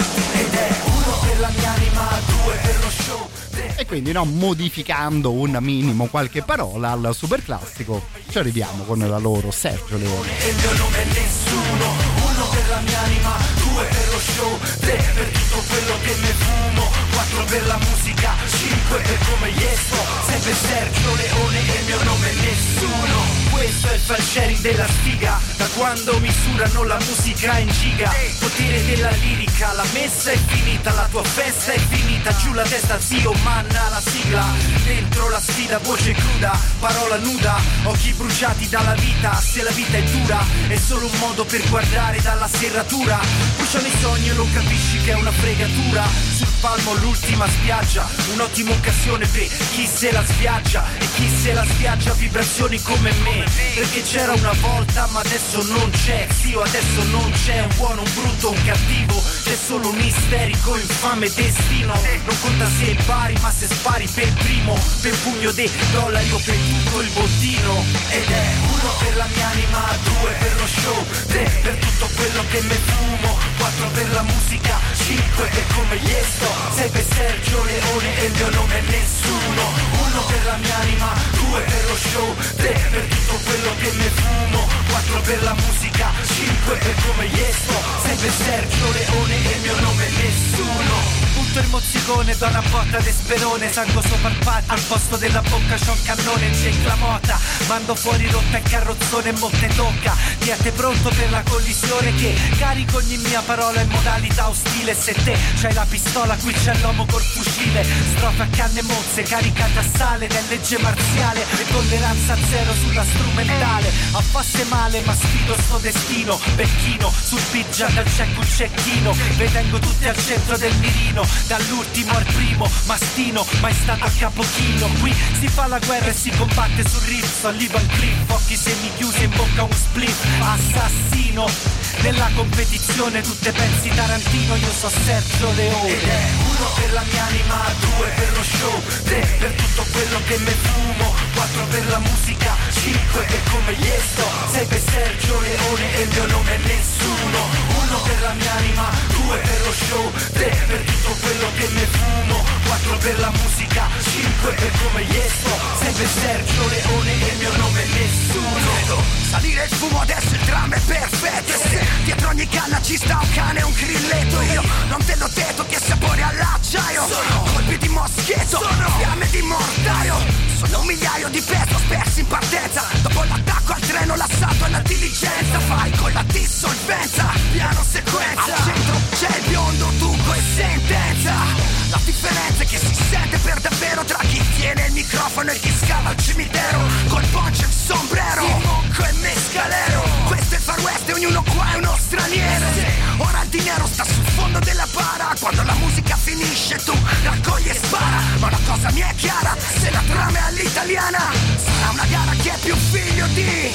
Ed è uno per la mia anima, due per lo show. E quindi, no, modificando un minimo qualche parola al super classico, ci arriviamo con la loro Sergio Leone. E il mio nome è nessuno, uno per la mia anima, due per lo show, tre per tutto quello che ne fumo, quattro per la musica, cinque per come gli sto, sei per Sergio Leone e il mio nome è nessuno. Questo è il file sharing della sfiga, da quando misurano la musica in giga, potere della lirica, la messa è finita, la tua festa è finita, giù la testa zio, manna la sigla, dentro la sfida, voce cruda, parola nuda, occhi bruciati dalla vita, se la vita è dura, è solo un modo per guardare dalla serratura, bruciano i sogni e non capisci che è una fregatura, sul palmo l'ultima spiaggia, un'ottima occasione per chi se la sviaggia, e chi se la sviaggia vibrazioni come me, perché c'era una volta ma adesso non c'è, zio adesso non c'è un buono, un brutto, un cattivo, c'è solo un isterico infame destino, non conta se pari ma se spari per primo, per pugno dei dollari o per tutto il bottino, ed è uno per la mia anima, due per lo show, tre per tutto quello che me fumo, quattro per la musica, cinque per come gli sto, sei per Sergio Leone e il mio nome è nessuno, uno per la mia anima, due per lo show, tre per tutto quello che me fumo, quattro per la musica, cinque per come gli sto, sei per Sergio Leone e il mio nome è nessuno. Butto il mozzicone, do una botta de sperone, sangue sopra il patto, al posto della bocca c'ho un cannone, c'è la mota, mando fuori rotta il carrozzone e molte tocca, diete pronto per la collisione che carico ogni mia parola in modalità ostile, se te c'hai la pistola qui c'è l'uomo col fucile, strofe a canne mozze caricate a sale nel legge marziale, e tolleranza zero sulla strumentale, affasse male ma sfido sto destino, becchino sul pigia dal cecco un cecchino, vedengo tutti al centro del mirino, dall'ultimo al primo, mastino, mai stato a capochino, qui si fa la guerra e si combatte sul riff, Sullivan Cliff, occhi semichiusi in bocca un split, assassino, nella competizione tutte pensi Tarantino, io so Sergio Leone, ed è uno per la mia anima, due per lo show, tre per tutto quello che me fumo, quattro per la musica, cinque per come gli sto, sei per Sergio Leone e il mio nome è nessuno, uno per la mia anima, due per lo show, tre per tutto quello che me fumo, quattro per la musica, cinque per come gli sto, sei per Sergio Leone e il mio nome è nessuno. Vedo salire il fumo, adesso il dramma è perfetto, e se dietro ogni canna ci sta un cane e un grilletto, io non te l'ho detto che sapore all'acciaio, sono colpi di moschetto, sono fiamme di mortaio, sono un migliaio di peso spersi in partenza, dopo l'attacco al treno, l'assalto alla diligenza, fai con la dissolvenza, piano sequenza, al centro c'è il biondo, tubo e sentenza, la differenza è che si sente per davvero tra chi tiene il microfono e chi scava al cimitero, col poncho e il sombrero, monco e mescalero, questo è il Far West e ognuno qua è uno straniero, ora il dinero sta sul fondo della bara, quando la musica finisce tu raccogli e spara, ma una cosa mi è chiara, se la trama è all'italiana sarà una gara che è più figlio di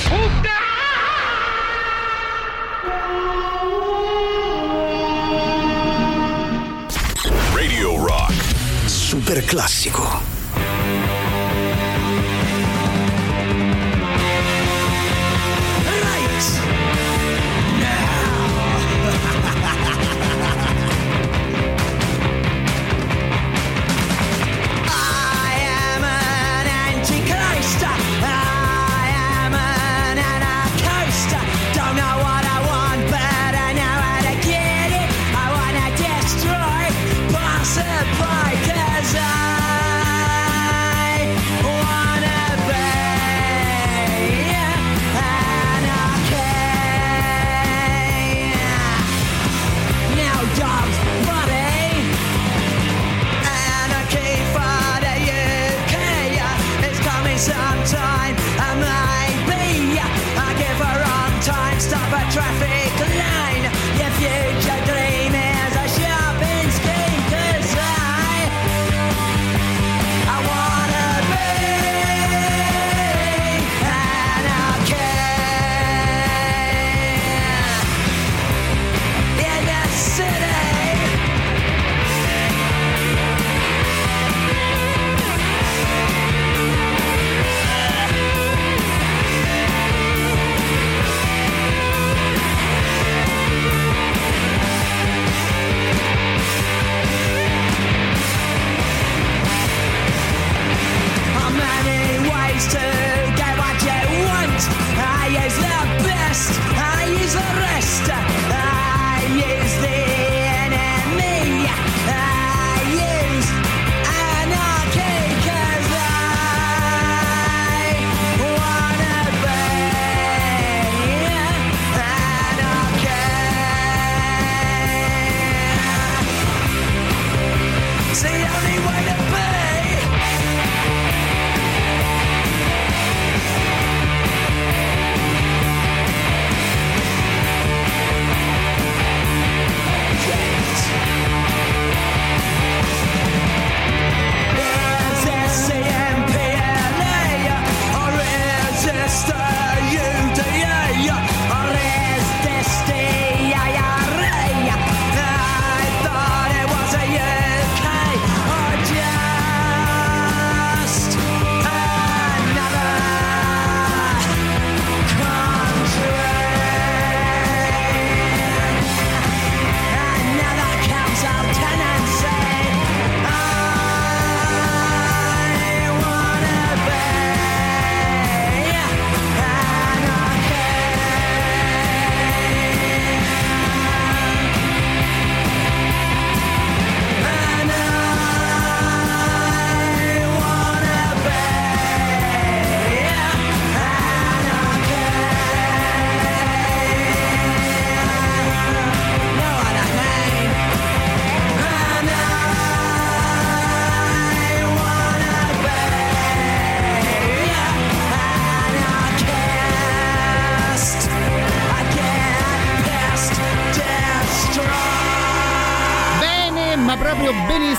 Radio Rock Super classico.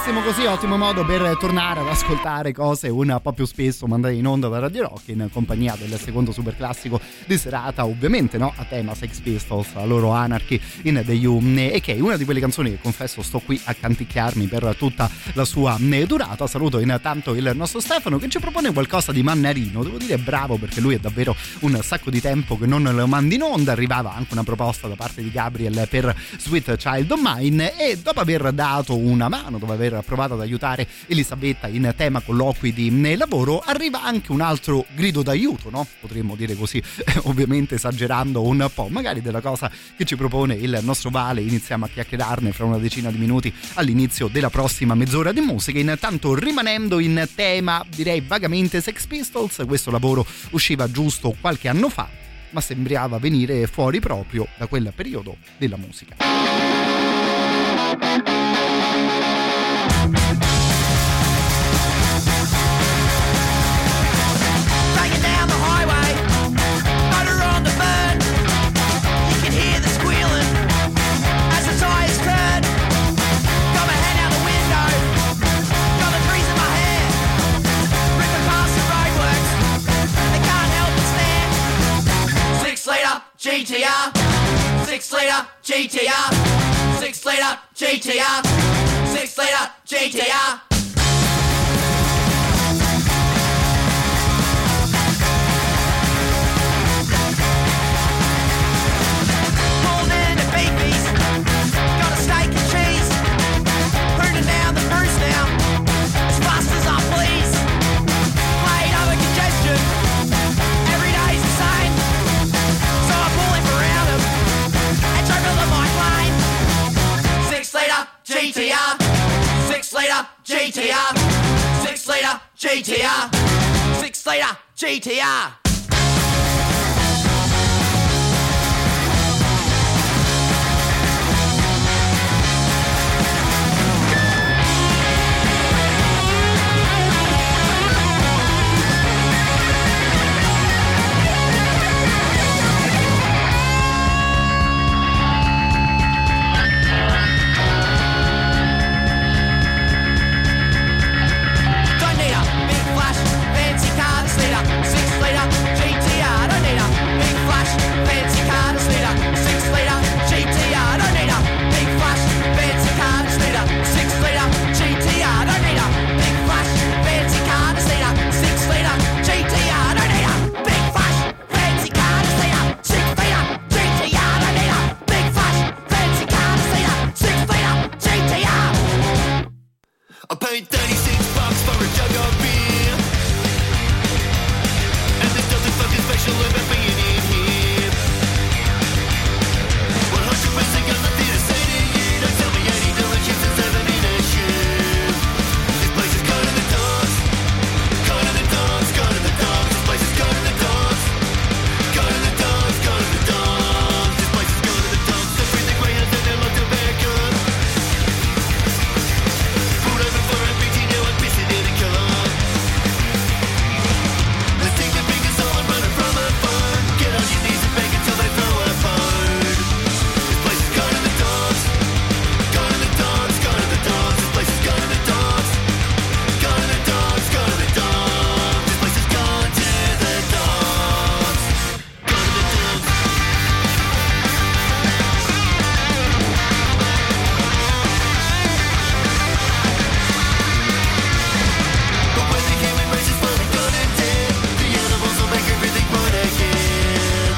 benissimo così, ottimo modo per tornare ad ascoltare cose un po' più spesso mandate in onda da Radio Rock in compagnia del secondo super classico di serata, ovviamente, no? A tema Sex Pistols, la loro Anarchy in the U K, una di quelle canzoni che confesso sto qui a canticchiarmi per tutta la sua durata. Saluto intanto il nostro Stefano che ci propone qualcosa di Mannarino, devo dire bravo perché lui è davvero un sacco di tempo che non lo manda in onda. Arrivava anche una proposta da parte di Gabriel per Sweet Child of Mine e dopo aver dato una mano, dopo aver provato ad aiutare Elisabetta in tema colloqui di lavoro, arriva anche un altro grido d'aiuto, no? Potremmo dire così, ovviamente esagerando un po', magari della cosa che ci propone il nostro Vale. Iniziamo a chiacchierarne fra una decina di minuti all'inizio della prossima mezz'ora di musica. Intanto, rimanendo in tema, direi vagamente Sex Pistols, questo lavoro usciva giusto qualche anno fa, ma sembrava venire fuori proprio da quel periodo della musica. G T R, six liter G T R, six liter G T R, six liter G T R. Pulled into beefies, got a steak and cheese, pruning down the bruise now, as fast as I please. Played over congestion, every day's the same. Six liter G T R, six liter G T R, six liter G T R, six liter G T R. I paid thirty-six bucks for a jug of beer, and there's nothing fucking special about being in here. one hundred percent got nothing to say to you. Don't tell me eighty dollar chips and seven in a shoe. This place is go to the dogs, go to the dogs, go to the dogs. This place is go to the dogs, go to the dogs, go to the dogs. This place is go to the dogs. They bring the greyhounds and they look to back up. Pulled over for a beating, now I'm pissing in a car. Let's take the biggest all and run it from a phone. Get on your knees and beg until they throw a phone. This place is go to the dogs, go to the dogs, go to the dogs. This place is go to the dogs, go to the dogs, go to the dogs. This place is gone to the dogs, go to the dogs. But when the human race is finally gone and dead, the animals will make everything right again.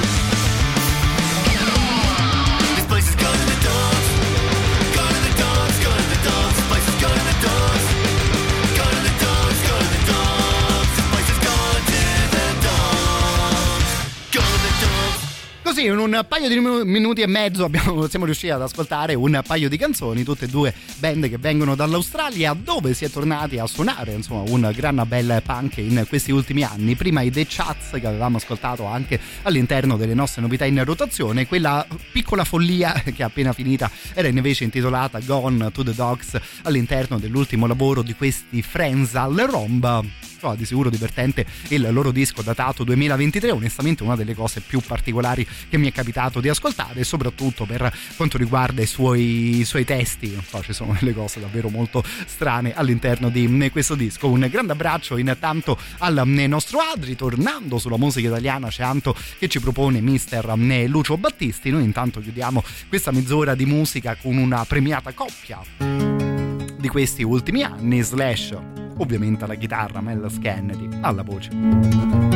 This place is go to the dogs, go to the dogs, go to the dogs. This place is go to the dogs, go to the dogs, go to the dogs. This place is gone to the dogs, go to the dogs. Così in un paio di minu- minuti e mezzo abbiamo, siamo riusciti ad ascoltare un paio di canzoni, tutte e due band che vengono dall'Australia, dove si è tornati a suonare, insomma, un gran bel punk in questi ultimi anni. Prima i The Chats, che avevamo ascoltato anche all'interno delle nostre novità in rotazione. Quella piccola follia che è appena finita era invece intitolata Gone to the Dogs, all'interno dell'ultimo lavoro di questi Friends al Romba. insomma, di sicuro divertente il loro disco datato duemilaventitré, onestamente una delle cose più particolari che mi è capitato di ascoltare, soprattutto per quanto riguarda i suoi, i suoi testi. So, ci sono delle cose davvero molto strane all'interno di questo disco. Un grande abbraccio intanto al nostro Adri. Tornando sulla musica italiana, c'è Anto che ci propone mister Lucio Battisti. Noi intanto chiudiamo questa mezz'ora di musica con una premiata coppia di questi ultimi anni, Slash ovviamente alla chitarra, Mel Kennedy alla voce.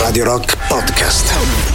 Radio Rock Podcast.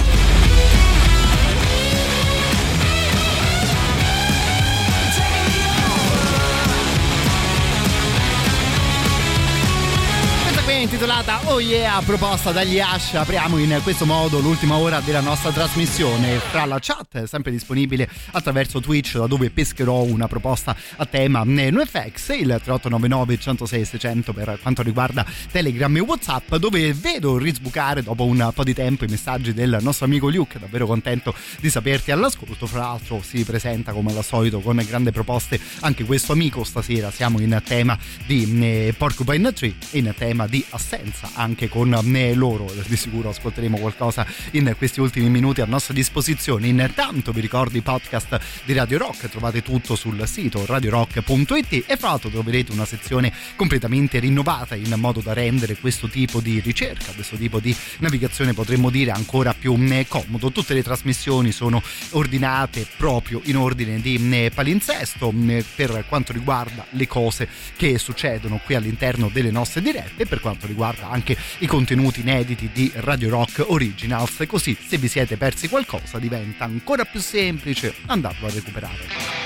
Intitolata Oh Yeah, proposta dagli Ash. Apriamo in questo modo l'ultima ora della nostra trasmissione. Fra la chat, sempre disponibile attraverso Twitch, da dove pescherò una proposta a tema NoFX, il tre otto nove nove uno zero sei sei zero zero per quanto riguarda Telegram e WhatsApp, dove vedo risbucare dopo un po' di tempo i messaggi del nostro amico Luke. Davvero contento di saperti all'ascolto. Fra l'altro si presenta come al solito con grandi proposte anche questo amico. Stasera siamo in tema di Porcupine Tree, in tema di assenza anche con eh, loro. Di sicuro ascolteremo qualcosa in questi ultimi minuti a nostra disposizione. Intanto vi ricordo i podcast di Radio Rock, trovate tutto sul sito radio rock punto it e fra l'altro troverete una sezione completamente rinnovata in modo da rendere questo tipo di ricerca, questo tipo di navigazione, potremmo dire, ancora più eh, comodo. Tutte le trasmissioni sono ordinate proprio in ordine di eh, palinsesto eh, per quanto riguarda le cose che succedono qui all'interno delle nostre dirette, per quanto riguarda anche i contenuti inediti di Radio Rock Originals, così se vi siete persi qualcosa diventa ancora più semplice andarlo a recuperare.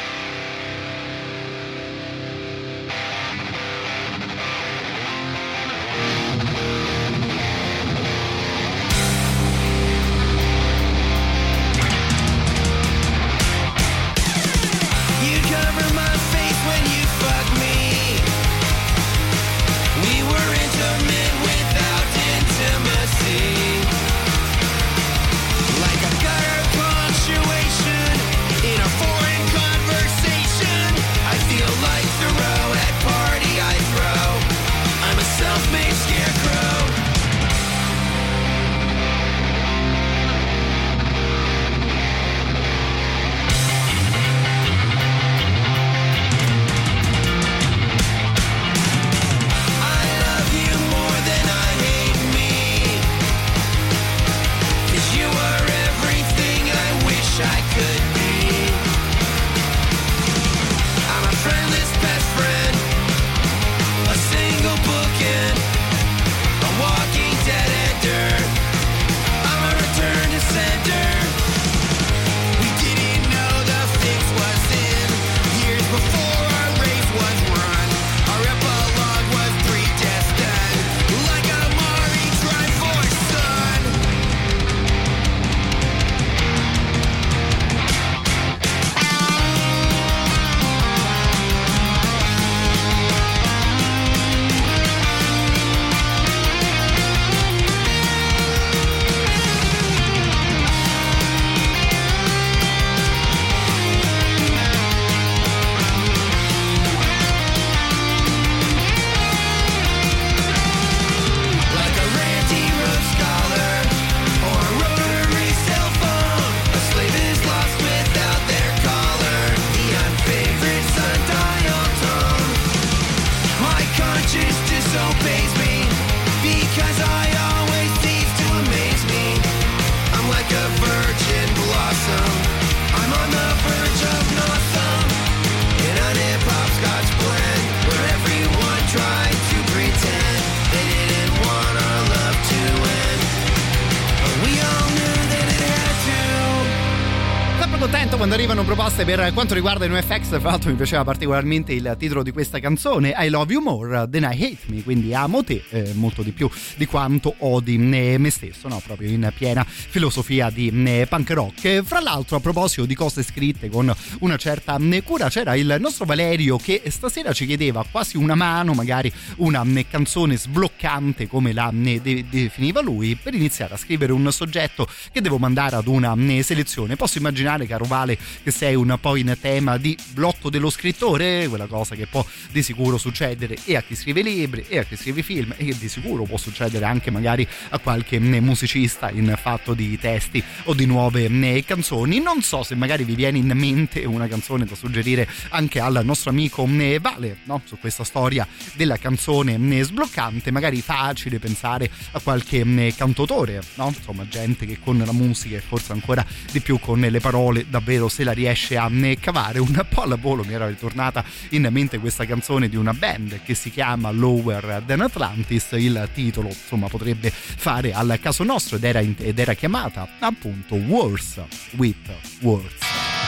Quando arrivano proposte per quanto riguarda i NoFX, fra l'altro mi piaceva particolarmente il titolo di questa canzone, I Love You More Than I Hate Me, quindi amo te eh, molto di più di quanto odi eh, me stesso, no? Proprio in piena filosofia di eh, punk rock. E, fra l'altro, a proposito di cose scritte con una certa eh, cura, c'era il nostro Valerio che stasera ci chiedeva quasi una mano, magari una eh, canzone sbloccante come la eh, de- definiva lui, per iniziare a scrivere un soggetto che devo mandare ad una eh, selezione. Posso immaginare, caro Vale, che sei un po' in tema di blocco dello scrittore, quella cosa che può di sicuro succedere e a chi scrive libri e a chi scrive film, e che di sicuro può succedere anche magari a qualche musicista in fatto di testi o di nuove canzoni. Non so se magari vi viene in mente una canzone da suggerire anche al nostro amico Vale, no? Su questa storia della canzone sbloccante, magari facile pensare a qualche cantautore, no? Insomma, gente che con la musica e forse ancora di più con le parole davvero davvero se la riesce a cavare. Un po' al volo mi era ritornata in mente questa canzone di una band che si chiama Lower Than Atlantis. Il titolo insomma potrebbe fare al caso nostro ed era, ed era chiamata appunto Words with Words.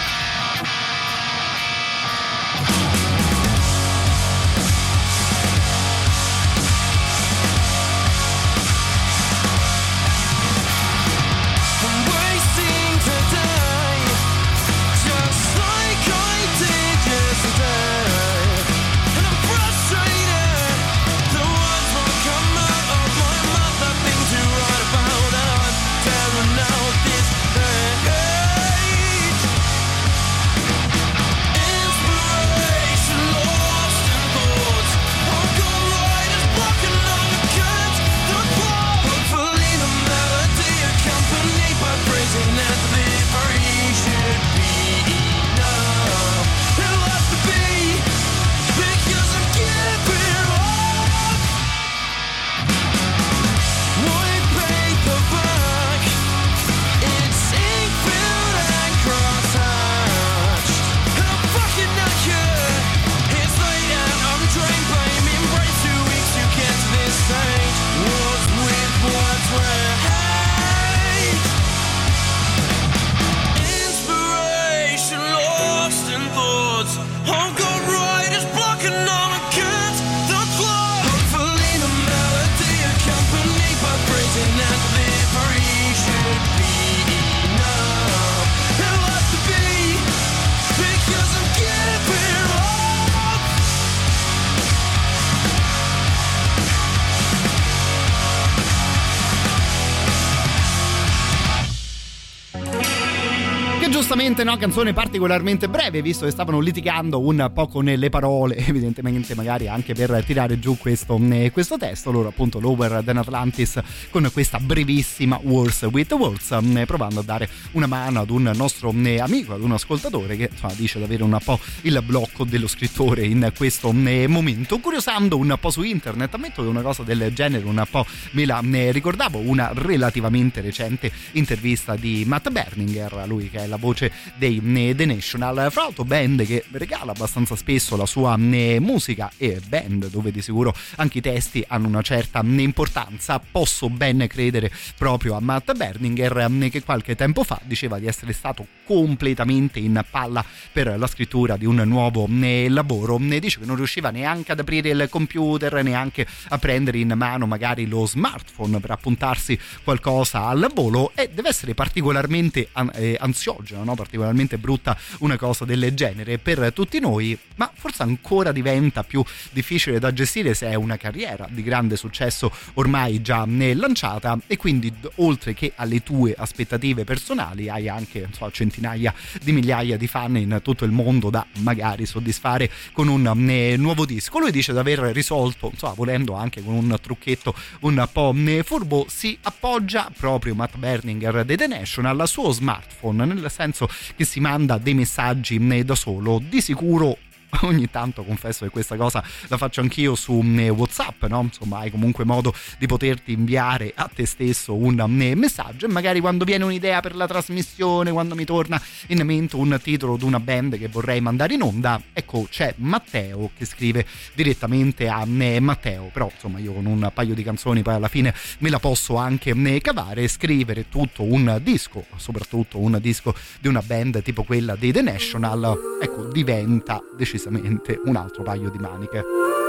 Giustamente no, canzone particolarmente breve, visto che stavano litigando un po' con le parole, evidentemente magari anche per tirare giù questo, questo testo. Loro appunto Lower Than Atlantis con questa brevissima Words with Words, provando a dare una mano ad un nostro amico, ad un ascoltatore che insomma dice di avere un po' il blocco dello scrittore in questo momento. Curiosando un po' su internet, ammetto che una cosa del genere un po' me la ricordavo, una relativamente recente intervista di Matt Berninger, lui che è la voce dei The National, fra l'altro band che regala abbastanza spesso la sua musica e band dove di sicuro anche i testi hanno una certa importanza. Posso ben credere proprio a Matt Berninger che qualche tempo fa diceva di essere stato completamente in palla per la scrittura di un nuovo lavoro. Dice che non riusciva neanche ad aprire il computer, neanche a prendere in mano magari lo smartphone per appuntarsi qualcosa al volo, e deve essere particolarmente ansiogeno, no? Particolarmente brutta una cosa del genere per tutti noi, ma forse ancora diventa più difficile da gestire se è una carriera di grande successo ormai già lanciata, e quindi oltre che alle tue aspettative personali hai anche insomma, centinaia di migliaia di fan in tutto il mondo da magari soddisfare con un eh, nuovo disco. Lui dice di aver risolto, insomma, volendo anche con un trucchetto un po' furbo, si appoggia proprio Matt Berninger dei The National al suo smartphone, nel senso che si manda dei messaggi da solo. Di sicuro ogni tanto confesso che questa cosa la faccio anch'io su WhatsApp, no? Insomma, hai comunque modo di poterti inviare a te stesso un messaggio, e magari quando viene un'idea per la trasmissione, quando mi torna in mente un titolo di una band che vorrei mandare in onda, ecco c'è Matteo che scrive direttamente a Matteo. Però insomma io con un paio di canzoni poi alla fine me la posso anche cavare e scrivere tutto un disco, soprattutto un disco di una band tipo quella dei The National, ecco diventa decisamente un altro paio di maniche.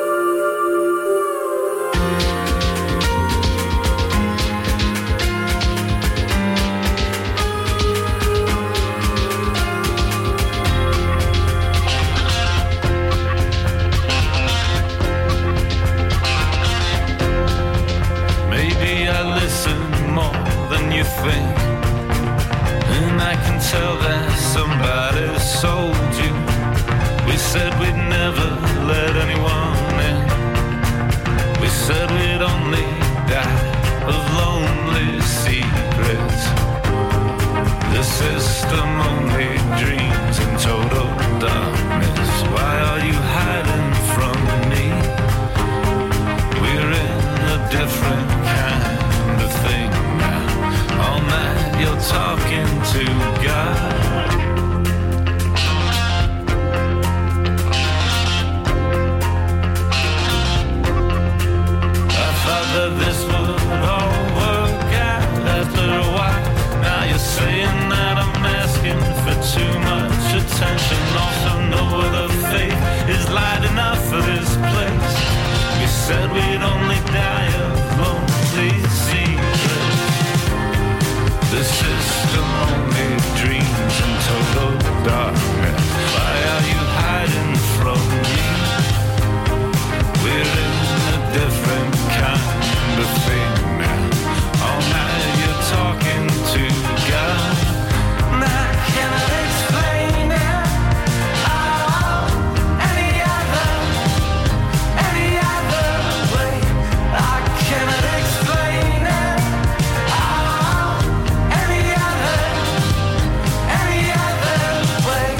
Maybe I listen more than you think, and I can tell that somebody sold you. We said we'd never let anyone in. We said we'd only die of lonely secrets. The system only dreams in total darkness. Why are you hiding from me? We're in a different kind of thing now. All night you're talking to God. We'd only die of lonely secrets. The system only dreams in total darkness. Why are you hiding from me? We're in a different kind of thing now. All night you're talking to God. And I cannot explain it. Oh, any other, any other way. I cannot explain it. Oh, any other, any other way.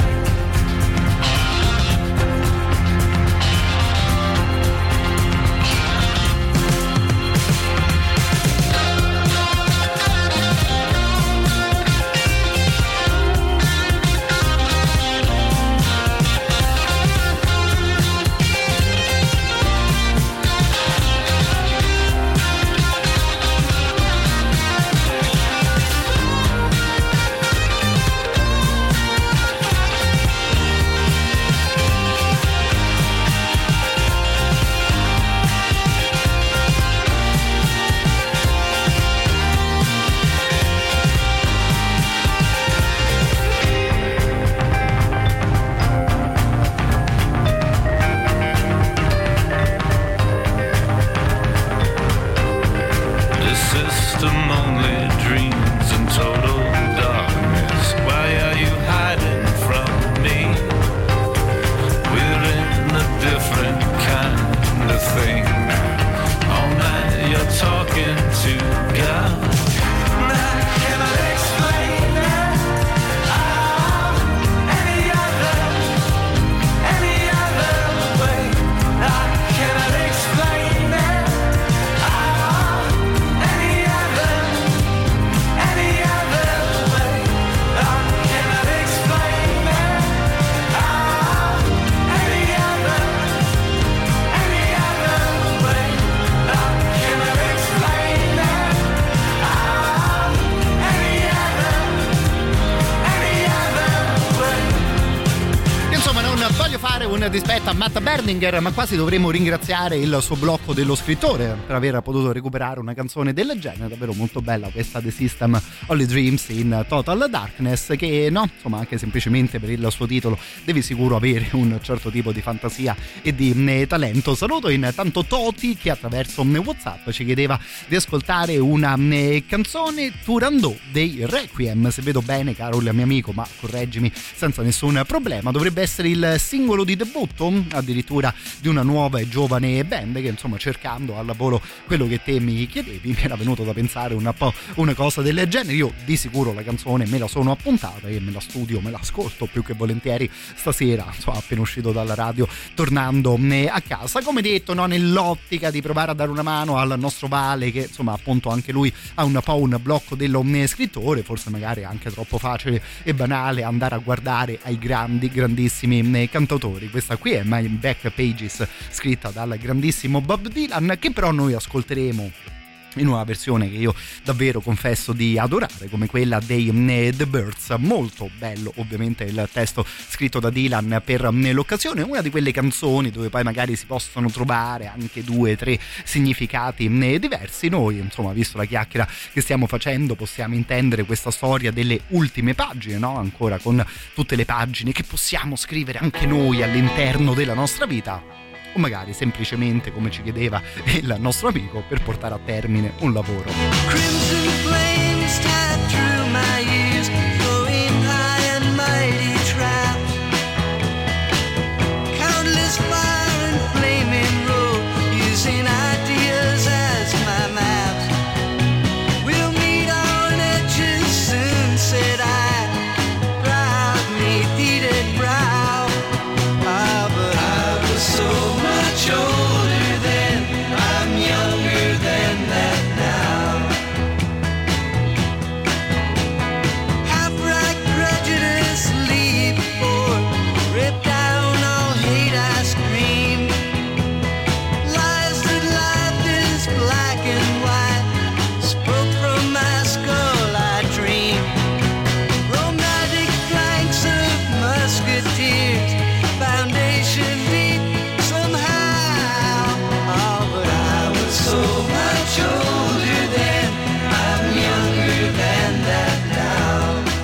The system only dreams in total darkness. Why are you hiding from me? We're in a different kind of thing now. All night you're talking to God. And I cannot explain it. Oh, any other, any other way. I cannot explain it. Oh, any other, any other way. I cannot explain it. Oh, any other, any other way. I cannot explain it. Oh, any other, any other way. Insomma, non voglio fare un dispetto a Matt Berninger, ma quasi dovremmo ringraziare il suo blocco dello scrittore per aver potuto recuperare una canzone del genere. Davvero molto bella questa The System Only Dreams in Total Darkness, che no, insomma, anche semplicemente per il suo titolo devi sicuro avere un certo tipo di fantasia e di eh, talento. Saluto intanto Toti, che attraverso WhatsApp ci chiedeva di ascoltare una eh, canzone, Turandot dei Requiem. Se vedo bene, caro il mio amico, ma correggimi senza nessun problema, dovrebbe essere il singolo di debutto addirittura di una nuova e giovane band che, insomma, cercando al lavoro quello che te mi chiedevi, mi era venuto da pensare un po' una cosa del genere. Io di sicuro la canzone me la sono appuntata e me la studio, me la ascolto più che volentieri stasera, insomma, appena uscito dalla radio, tornando a casa, come detto, no, nell'ottica di provare a dare una mano al nostro Vale, che insomma appunto anche lui ha un po' un blocco dello scrittore. Forse magari è anche troppo facile e banale andare a guardare ai grandi grandissimi cantautori. Questa qui è My Back Pages, scritta dal grandissimo Bob Dylan, che però noi ascolteremo in una versione che io davvero confesso di adorare, come quella dei The Birds. Molto bello ovviamente il testo scritto da Dylan per l'occasione, una di quelle canzoni dove poi magari si possono trovare anche due o tre significati diversi. Noi, insomma, visto la chiacchiera che stiamo facendo, possiamo intendere questa storia delle ultime pagine, no? Ancora con tutte le pagine che possiamo scrivere anche noi all'interno della nostra vita, o magari semplicemente, come ci chiedeva il nostro amico, per portare a termine un lavoro. Crimson flames tied through my ears, going high and mighty trap. Countless fire and flaming road, using ideas as my maps. We'll meet on edges soon, said I, proud me heated brow. Ah, but I was so much older then, I'm younger than that now. much older then, I'm younger than that now.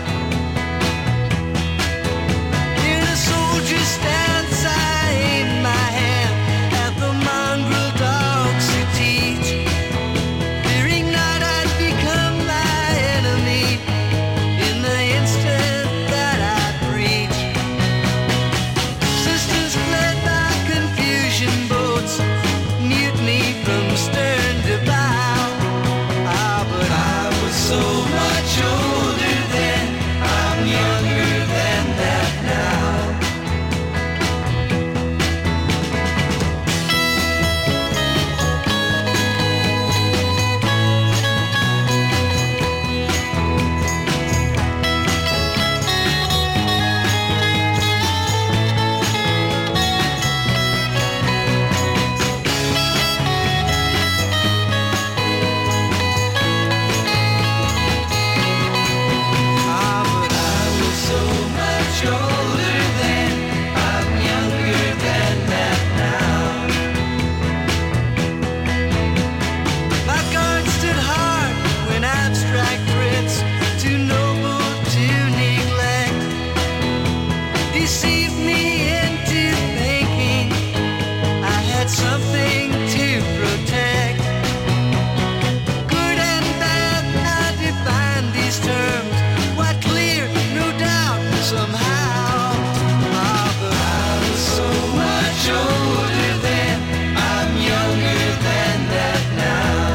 In a soldier's stance I aim my hand at the mongrel dogs who teach, fearing not I'd become my enemy in the instant that I preach. Sisters fled by confusion boats, mutiny from stern to bow. Ah, but I was so much older then, I'm younger than that now. Ah, but I was so much older then, I'm younger than that now. My guard stood hard when abstract threats, too noble to neglect, deceived me into thinking I had something to protect. Good and bad, I define these terms quite clear, no doubt, somehow. Ah, but I was so much older then, I'm younger than that now.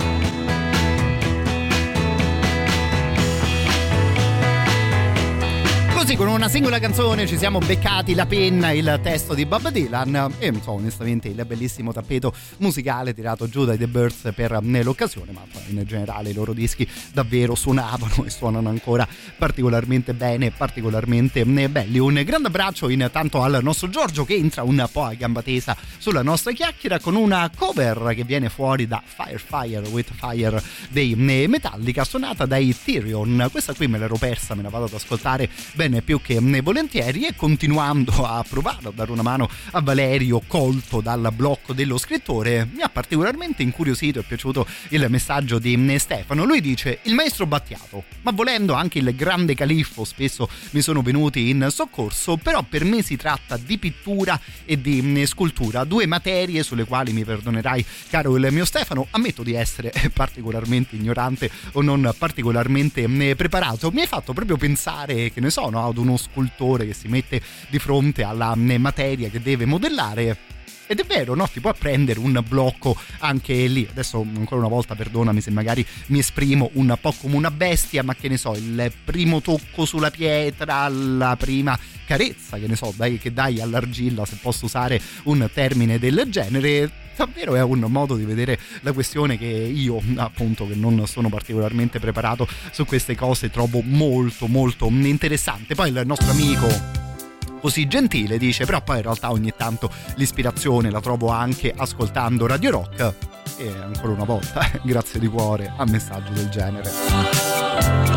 Così con una singola canzone ci siamo beccati la penna, il testo di Bob Dylan e non so, onestamente il bellissimo tappeto musicale tirato giù dai The Byrds per l'occasione, ma in generale i loro dischi davvero suonavano e suonano ancora particolarmente bene, particolarmente belli. Un grande abbraccio intanto al nostro Giorgio che entra un po' a gamba tesa sulla nostra chiacchiera con una cover che viene fuori da Fire Fire with Fire dei Metallica, suonata dai Therion. Questa qui me l'ero persa, me la vado ad ascoltare bene più che volentieri, e continuando a provare a dare una mano a Valerio colto dal blocco dello scrittore, mi ha particolarmente incuriosito e piaciuto il messaggio di Stefano. Lui dice: il maestro Battiato, ma volendo anche il grande Califfo spesso mi sono venuti in soccorso, però per me si tratta di pittura e di scultura, due materie sulle quali, mi perdonerai caro il mio Stefano, ammetto di essere particolarmente ignorante o non particolarmente preparato. Mi hai fatto proprio pensare, che ne so, no, ad uno scultore che si mette di fronte alla materia che deve modellare. Ed è vero, no? Ti può prendere un blocco anche lì. Adesso ancora una volta perdonami se magari mi esprimo un po' come una bestia, ma che ne so, il primo tocco sulla pietra, la prima carezza che ne so dai, che dai all'argilla, se posso usare un termine del genere, davvero è un modo di vedere la questione che io, appunto, che non sono particolarmente preparato su queste cose, trovo molto molto interessante. Poi il nostro amico così gentile dice: però poi in realtà ogni tanto l'ispirazione la trovo anche ascoltando Radio Rock, e ancora una volta grazie di cuore a messaggio del genere.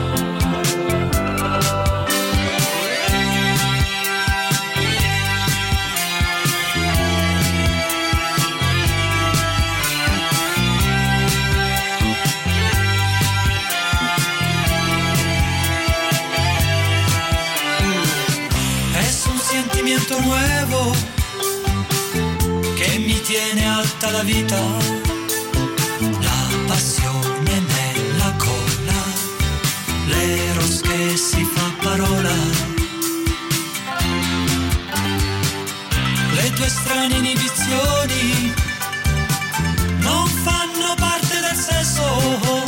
Nuevo che mi tiene alta la vita, la passione nella colla, l'eros che si fa parola, le tue strane inibizioni non fanno parte del sesso,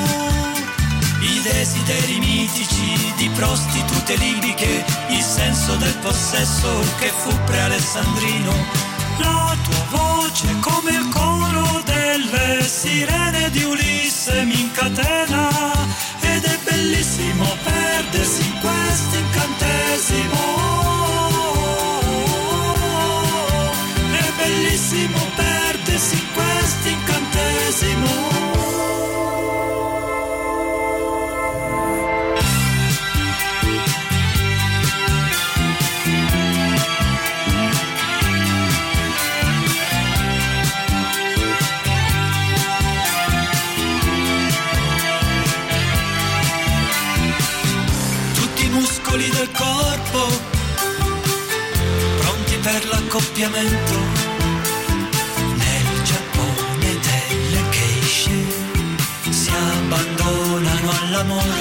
i desideri mitici di prostitute liriche, il senso del possesso che fu pre-alessandrino, la tua voce come il coro delle sirene di Ulisse mi incatena, ed è bellissimo perdersi in questo incantesimo, è bellissimo perdersi in questo incantesimo. accoppiamento nel Giappone delle geishe si abbandonano all'amore.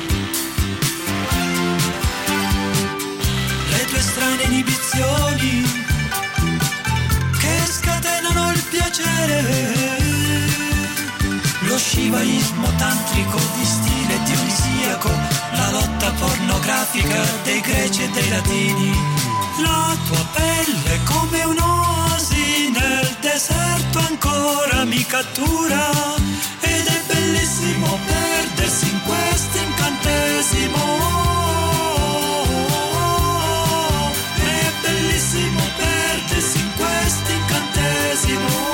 Le tue strane inibizioni che scatenano il piacere, lo shivaismo tantrico di stile dionisiaco, la lotta pornografica dei greci e dei latini. La tua pelle come un'oasi nel deserto ancora mi cattura, ed è bellissimo perdersi in questo incantesimo. È bellissimo perdersi in questo incantesimo.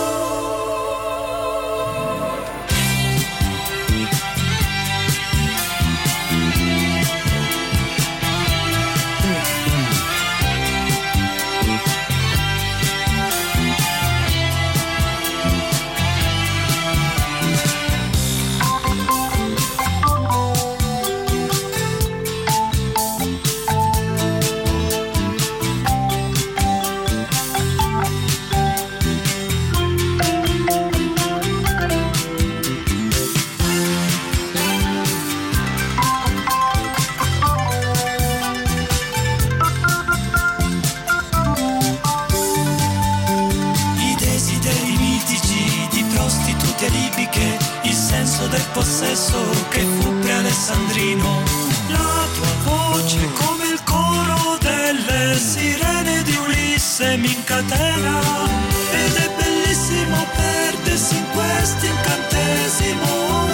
Il senso del possesso che fu pre-alessandrino, la tua voce come il coro delle sirene di Ulisse mi incatena, ed è bellissimo perdersi in questo incantesimo.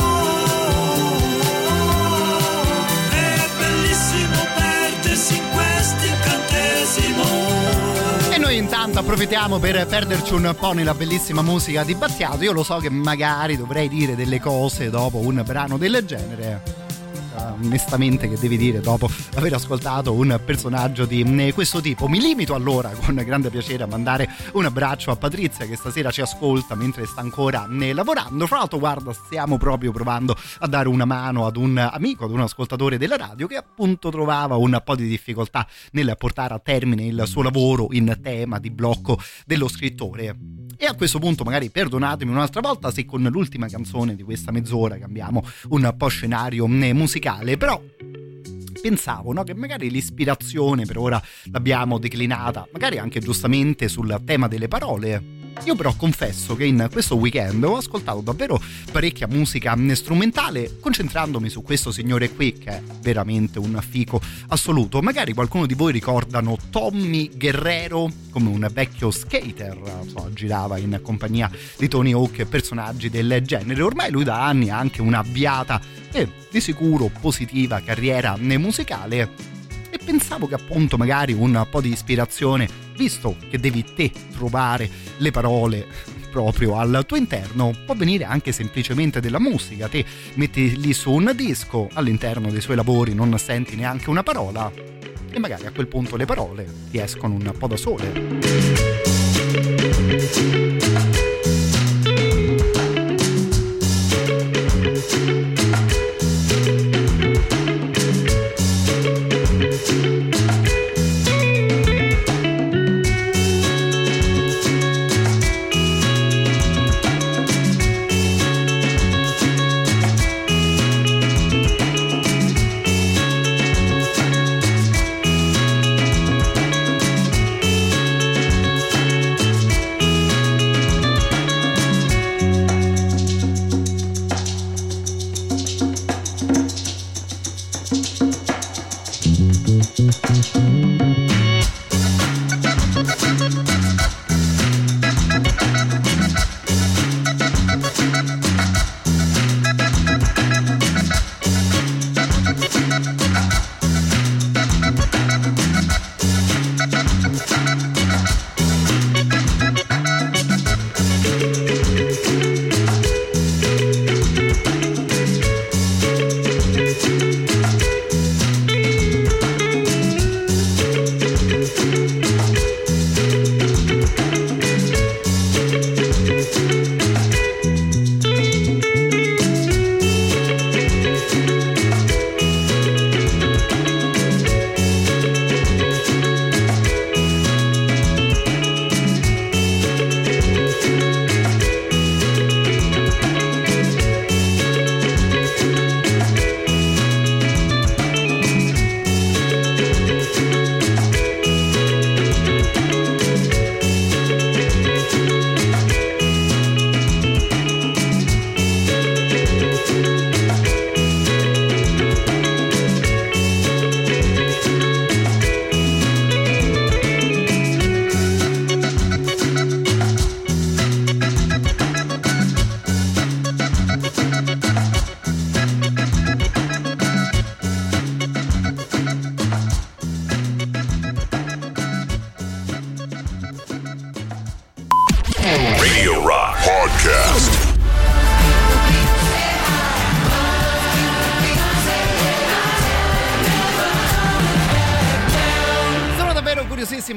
È bellissimo perdersi in questo incantesimo. E noi intanto approfittiamo per perderci un po' nella bellissima musica di Battiato. Io lo so che magari dovrei dire delle cose dopo un brano del genere, uh, onestamente che devi dire dopo aver ascoltato un personaggio di questo tipo. Mi limito allora con grande piacere a mandare un abbraccio a Patrizia che stasera ci ascolta mentre sta ancora lavorando. Fra l'altro guarda, stiamo proprio provando a dare una mano ad un amico, ad un ascoltatore della radio che appunto trovava un po' di difficoltà nel portare a termine il suo lavoro in tema di blocco dello scrittore. E a questo punto magari perdonatemi un'altra volta se con l'ultima canzone di questa mezz'ora cambiamo un po' scenario musicale, però pensavo, no, che magari l'ispirazione per ora l'abbiamo declinata, magari anche giustamente sul tema delle parole. Io però confesso che in questo weekend ho ascoltato davvero parecchia musica strumentale, concentrandomi su questo signore qui che è veramente un fico assoluto. Magari qualcuno di voi ricordano Tommy Guerrero come un vecchio skater, so, girava in compagnia di Tony Hawk e personaggi del genere. Ormai lui da anni ha anche un'avviata e di sicuro positiva carriera musicale, e pensavo che appunto magari un po' di ispirazione, visto che devi te trovare le parole proprio al tuo interno, può venire anche semplicemente della musica. Te metti lì su un disco, all'interno dei suoi lavori non senti neanche una parola e magari a quel punto le parole ti escono un po' da sole.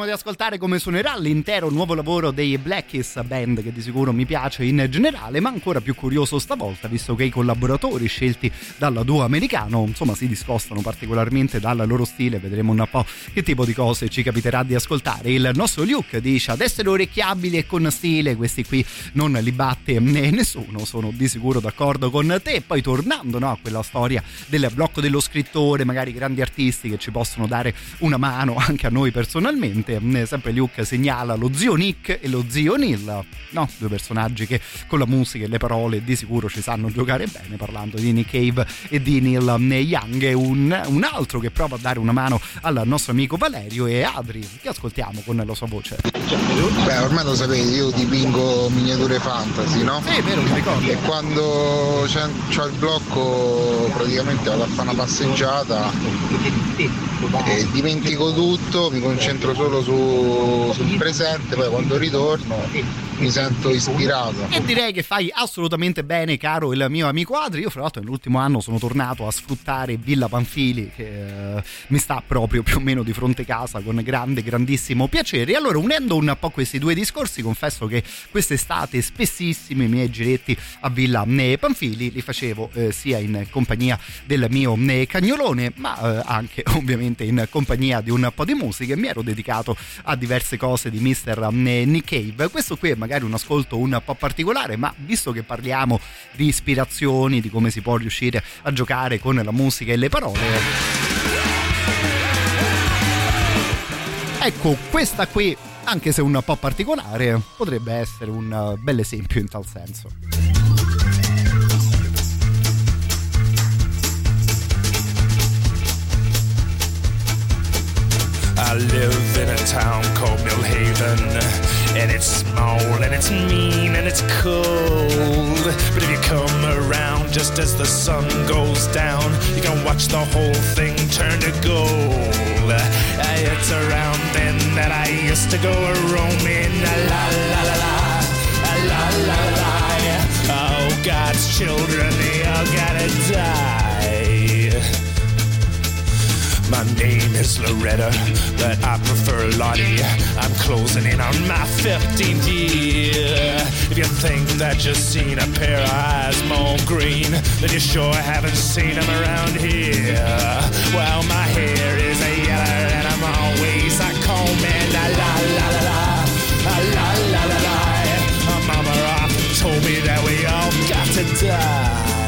di ascoltare come suonerà l'intero nuovo lavoro dei Black Keys, band che di sicuro mi piace in generale, ma ancora più curioso stavolta, visto che i collaboratori scelti dal duo americano insomma si discostano particolarmente dal loro stile. Vedremo un po' che tipo di cose ci capiterà di ascoltare. Il nostro Luke dice: ad essere orecchiabili e con stile questi qui non li batte nessuno. Sono di sicuro d'accordo con te. Poi tornando, no, a quella storia del blocco dello scrittore, magari grandi artisti che ci possono dare una mano anche a noi personalmente, sempre Luke segnala lo zio Nick e lo zio Neil, no, due personaggi che con la musica e le parole di sicuro ci sanno giocare bene, parlando di Nick Cave e di Neil Young. Un, un altro che prova a dare una mano al nostro amico Valerio è Adri, che ascoltiamo con la sua voce. Beh, ormai lo sapete, io dipingo miniature fantasy, no? Sì, è vero, mi ricordo. E quando c'è, c'ho il blocco praticamente vado a fare una passeggiata e dimentico tutto, mi concentro solo su, sul presente, poi quando ritorno mi sento ispirato. E direi che fai assolutamente bene, caro il mio amico Adri. Io fra l'altro nell'ultimo anno sono tornato a sfruttare Villa Panfili, che eh, mi sta proprio più o meno di fronte casa, con grande grandissimo piacere. E allora, unendo un po' questi due discorsi, confesso che quest'estate spessissimi i miei giretti a Villa Panfili li facevo eh, sia in compagnia del mio eh, cagnolone, ma eh, anche ovviamente in compagnia di un po' di musica, e mi ero dedicato a diverse cose di mister eh, Nick Cave. Questo qui è magari un ascolto un po' particolare, ma visto che parliamo di ispirazioni, di come si può riuscire a giocare con la musica e le parole, ecco, questa qui, anche se un po' particolare, potrebbe essere un bel esempio in tal senso. I live in a town called Millhaven, and it's small and it's mean and it's cold. But if you come around just as the sun goes down, you can watch the whole thing turn to gold. It's around then that I used to go a roaming, la la la la, la la la. Oh, God's children, they all gotta die. My name is Loretta, but I prefer Lottie. I'm closing in on my fifteenth year. If you think that you've seen a pair of eyes more green, then you sure haven't seen them around here. Well, my hair is a yeller and I'm always a combing. La la la la la, la la la la. My mama often told me that we all got to die.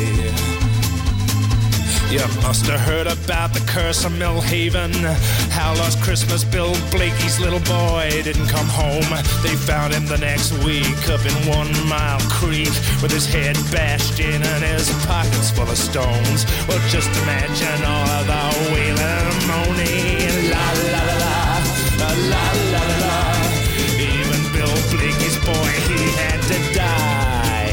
You must have heard about the curse of Millhaven, how lost Christmas Bill Blakey's little boy didn't come home. They found him the next week up in One Mile Creek with his head bashed in and his pockets full of stones. Well, just imagine all of the wailing and moaning. La la la la, la la la la. Even Bill Blakey's boy, he had to die.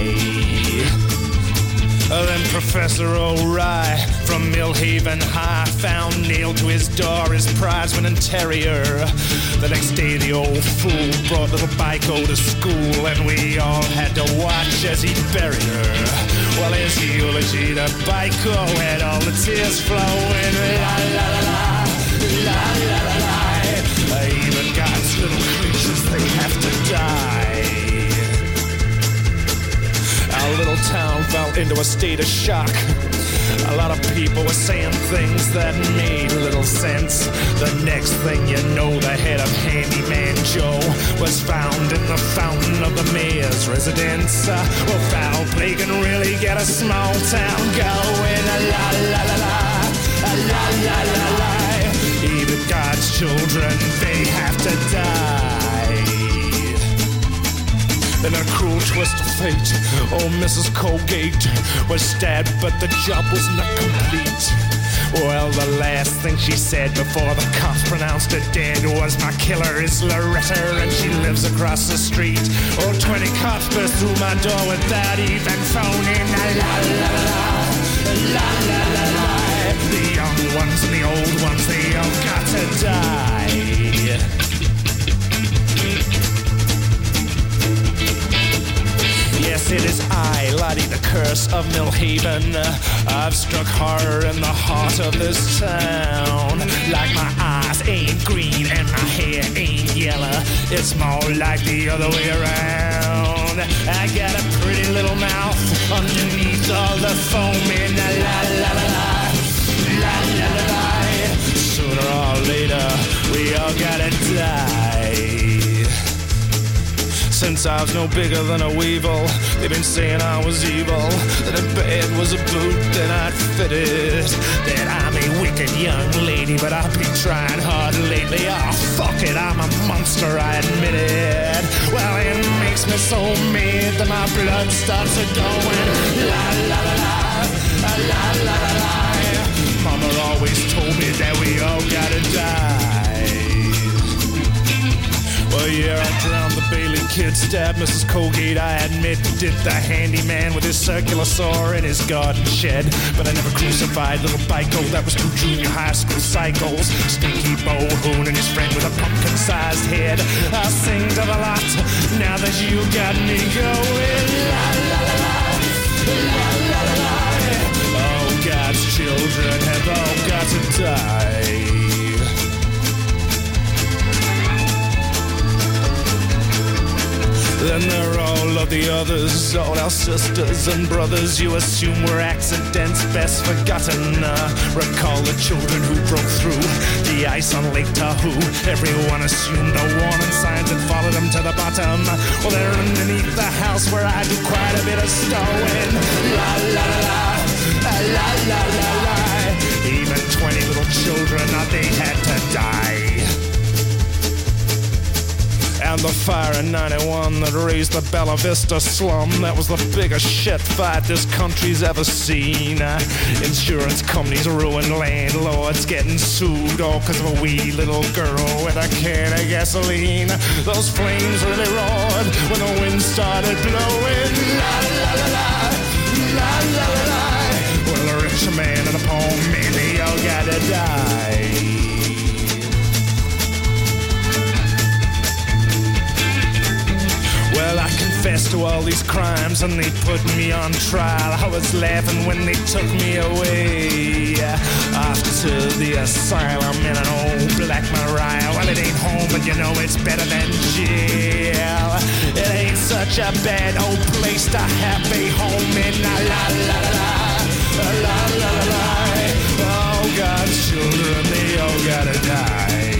Then Professor O'Rye from Millhaven High found nailed to his door his prize-winning terrier. The next day the old fool brought little Biko to school, and we all had to watch as he buried her. Well, his eulogy to Biko had all the tears flowing. La la la la, la la la la. Even God's little creatures, they have to die. Our little town fell into a state of shock. A lot of people were saying things that made little sense. The next thing you know, the head of Handyman Joe was found in the fountain of the mayor's residence. Uh, well, foul play can really get a small town going. La la la la la, la la la la. Even God's children, they have to die. In a cruel twist of fate, old Missus Colgate was stabbed, but the job was not complete. Well, the last thing she said before the cops pronounced her dead was, my killer is Loretta and she lives across the street. Oh, twenty cops burst through my door without even phoning. La la la la, la la la la. The young ones and the old ones, they all got to die. Yes, it is I, Lottie, the curse of Millhaven. I've struck horror in the heart of this town. Like my eyes ain't green and my hair ain't yellow, it's more like the other way around. I got a pretty little mouth underneath all the foaming. La la la la la, la la la la. Sooner or later, we all gotta die. Since I was no bigger than a weevil, they've been saying I was evil, that a bed was a boot, that I'd fit it, that I'm a wicked young lady, but I've been trying hard lately. Oh, fuck it, I'm a monster, I admit it. Well, it makes me so mad that my blood starts a-going. La la la la, la la la la. Mama always told me that we all gotta die. Well, yeah, I drowned the Bailey kid, stabbed Missus Colgate, I admit. Did the handyman with his circular saw in his garden shed. But I never crucified little Bico, that was two junior high school cycles. Stinky Bo-Hoon and his friend with a pumpkin-sized head. I'll sing to the lot, now that you got me going. La la la la, la la la la. Oh, God's children have all got to die. Then there are all of the others, all our sisters and brothers. You assume we're accidents best forgotten. Uh, recall the children who broke through the ice on Lake Tahoe. Everyone assumed the warning signs and followed them to the bottom. Well, they're underneath the house where I do quite a bit of stowing. La la la la, la la la la. Even twenty little children, uh, they had to die. And the fire in ninety-one that raised the Bella Vista slum, that was the biggest shit fight this country's ever seen. Uh, insurance companies ruined landlords getting sued, all cause of a wee little girl with a can of gasoline. Those flames really roared when the wind started blowing. La la la la, la la la la. Well, a rich man and a poor man, they all gotta die. Well, I confessed to all these crimes and they put me on trial. I was laughing when they took me away off to the asylum in an old Black Maria. Well, it ain't home, but you know it's better than jail. It ain't such a bad old place to have a home in. La la la la, la la la la. Oh, God's children, they all gotta die.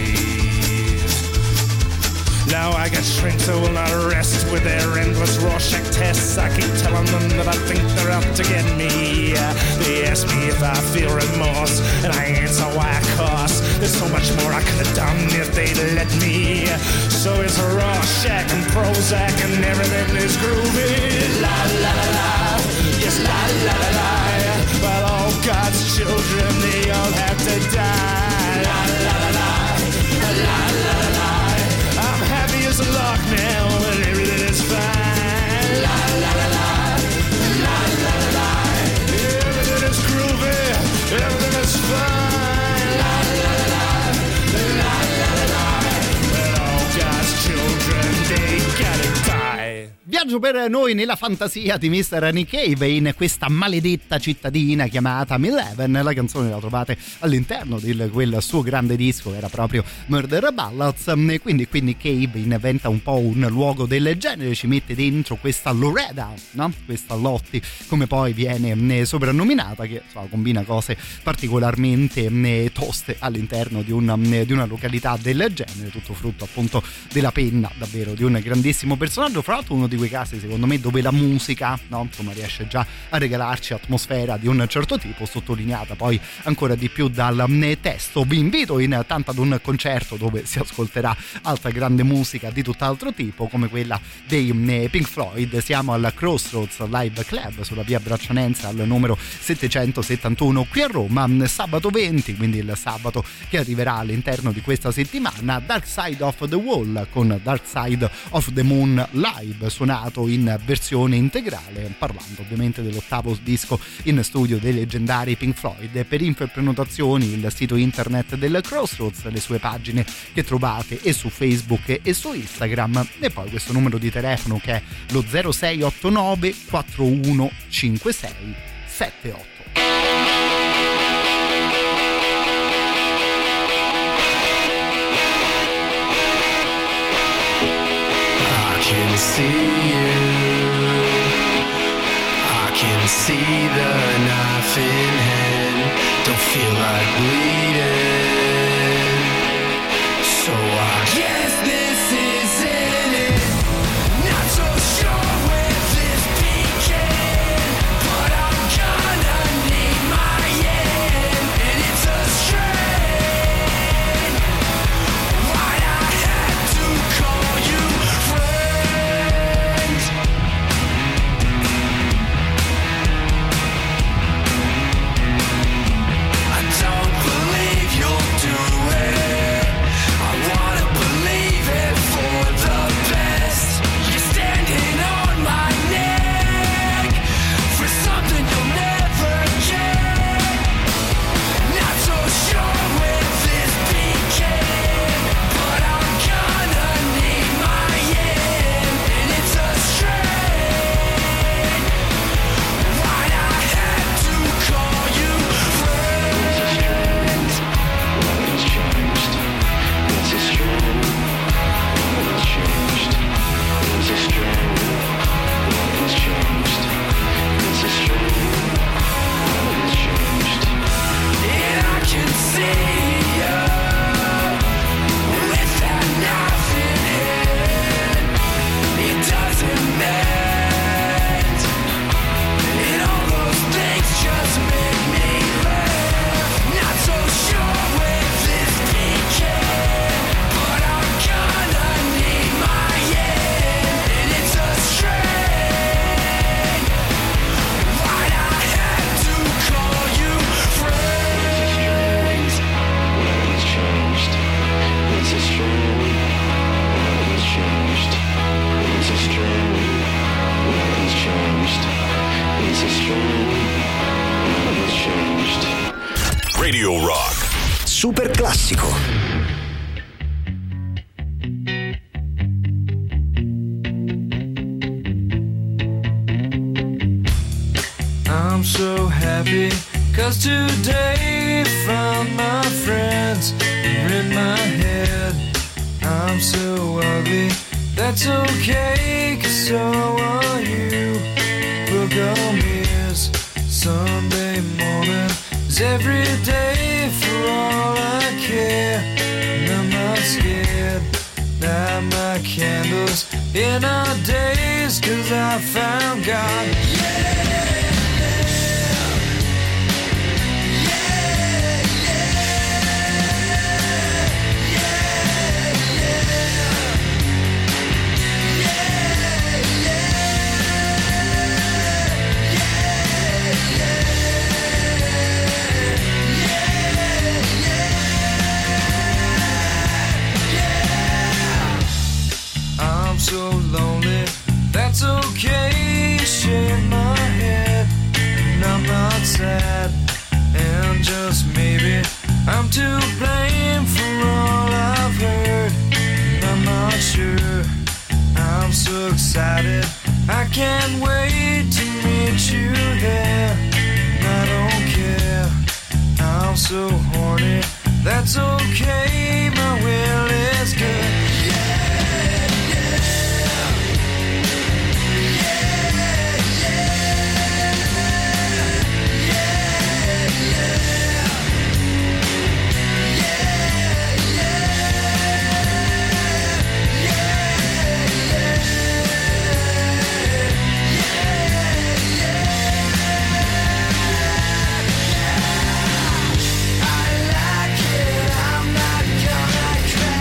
Now I got shrinks who will not rest with their endless Rorschach tests. I keep telling them that I think they're out to get me. They ask me if I feel remorse, and I answer why I cost. There's so much more I could have done if they'd let me. So it's Rorschach and Prozac and everything is groovy. La la la la, yes la la la la. Well, all God's children, they all have to die. La la la la, la la la la. I'm happy as a lark now, and everything is fine. La la la la, la la la la. Everything is groovy, everything is fine. La la la la, la la la la. Well, all God's children, they gotta die. Viaggio per noi nella fantasia di mister Nick Cave in questa maledetta cittadina chiamata Millhaven. La canzone la trovate all'interno di quel suo grande disco, era proprio Murder Ballads. Quindi, quindi Cave inventa un po' un luogo del genere, ci mette dentro questa Loretta, no? Questa Lottie, come poi viene soprannominata, che insomma, combina cose particolarmente toste all'interno di una, di una località del genere, tutto frutto appunto della penna davvero di un grandissimo personaggio. Fra l'altro uno di quei casi secondo me dove la musica, no, insomma, riesce già a regalarci atmosfera di un certo tipo, sottolineata poi ancora di più dal testo. Vi invito intanto ad un concerto dove si ascolterà altra grande musica di tutt'altro tipo, come quella dei Pink Floyd. Siamo al Crossroads Live Club sulla via Braccianense al numero settecentosettantuno qui a Roma, sabato venti, quindi il sabato che arriverà all'interno di questa settimana. Dark Side of the Wall con Dark Side of the Moon live, suonato suonato in versione integrale, parlando ovviamente dell'ottavo disco in studio dei leggendari Pink Floyd. Per info e prenotazioni il sito internet del Crossroads, le sue pagine che trovate e su Facebook e su Instagram, e poi questo numero di telefono che è lo zero sei otto nove quattro uno cinque sei sette otto. I can see you, I can see the knife in hand, don't feel like bleeding, so I guess this isn't it, not so sure where this began, but I'm gonna need my end, and it's a strain, why'd I have to call you friend? Don't believe you'll do it. I wanna believe it for the best. You're standing on my neck for something you'll never get. Not so sure where this began, but I'm gonna need my end, and it's a strain. Why'd I have to call you friend? It's changed. It's a strain. It's changed. It's a strain. It's changed. It's a strain. It's changed. And I can see you with that knife in hand. It doesn't mend, and all those things just make me laugh. Not so sure where this began, but I'm gonna need my end, and it's a strain. Why'd I have to call you friend? It's changed. It's a strain. It's changed. It's a strain. It's changed. It's a strain. It's changed. Radio Rock. Super classico. I'm so happy, cause today found my friends are in my head. I'm so ugly, that's okay, cause so are you. Book on mirrors, Sunday morning is every day for all I care. And I'm not scared, light my candles in our days, cause I found God. Yeah! I'm so lonely, that's okay, shake my head, and I'm not sad, and just maybe I'm to blame for all I've heard, and I'm not sure, I'm so excited, I can't wait to meet you there, and I don't care, I'm so horny, that's okay, my will is good. I'm not gonna cry.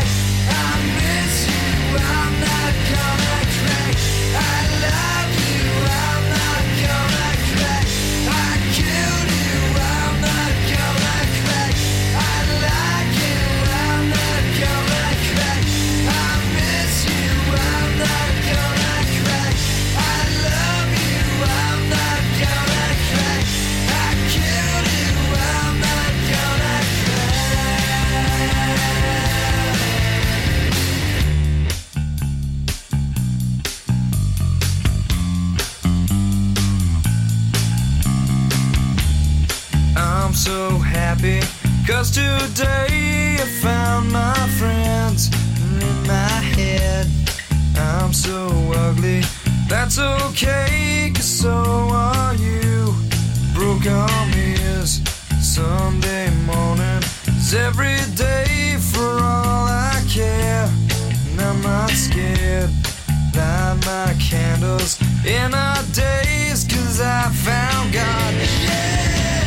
happy, 'cause today I found my friends. In my head I'm so ugly, that's okay, 'cause so are you. Broke arm is Sunday morning, is every day for all I care. And I'm not scared, light my candles in our days, 'cause I found God. Yeah!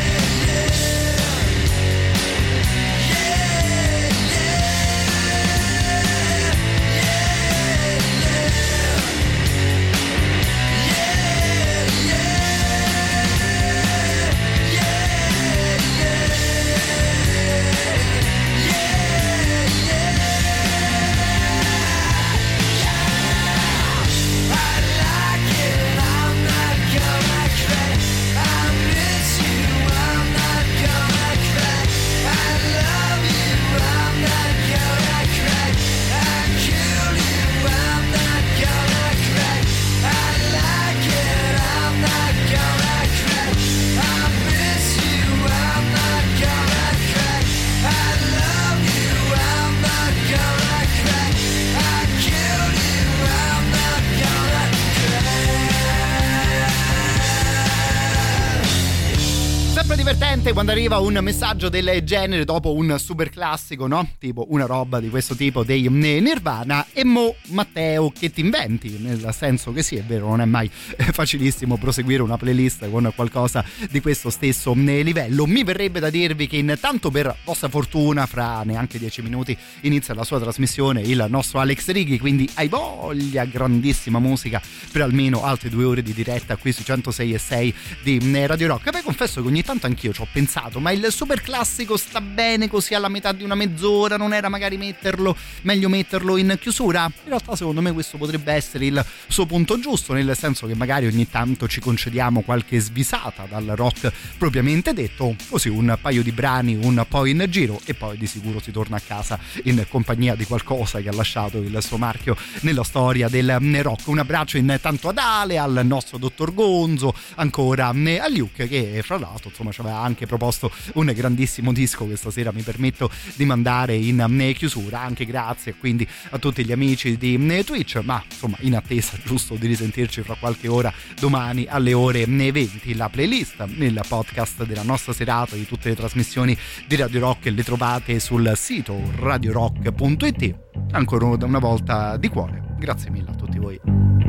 Divertente quando arriva un messaggio del genere dopo un super classico, no? Tipo una roba di questo tipo dei Nirvana. E mo Matteo, che ti inventi? Nel senso che sì, è vero, non è mai facilissimo proseguire una playlist con qualcosa di questo stesso livello. Mi verrebbe da dirvi che intanto, per vostra fortuna, fra neanche dieci minuti inizia la sua trasmissione il nostro Alex Righi, quindi hai voglia, grandissima musica per almeno altre due ore di diretta qui su centosei e sei di Radio Rock. E poi confesso che ogni tanto anch'io ci ho pensato, ma il super classico sta bene così alla metà di una mezz'ora? Non era magari metterlo, meglio metterlo in chiusura? In realtà secondo me questo potrebbe essere il suo punto giusto, nel senso che magari ogni tanto ci concediamo qualche svisata dal rock propriamente detto, così un paio di brani un po' in giro, e poi di sicuro si torna a casa in compagnia di qualcosa che ha lasciato il suo marchio nella storia del rock. Un abbraccio intanto ad Ale, al nostro dottor Gonzo, ancora a Luke, che fra l'altro insomma ci aveva anche proposto un grandissimo disco che stasera mi permetto di mandare in chiusura, anche grazie quindi a tutti gli amici di Twitch, ma insomma in attesa giusto di risentirci fra qualche ora domani alle ore venti. La playlist nel podcast della nostra serata di tutte le trasmissioni di Radio Rock le trovate sul sito radio rock punto it. Ancora una volta di cuore grazie mille a tutti voi.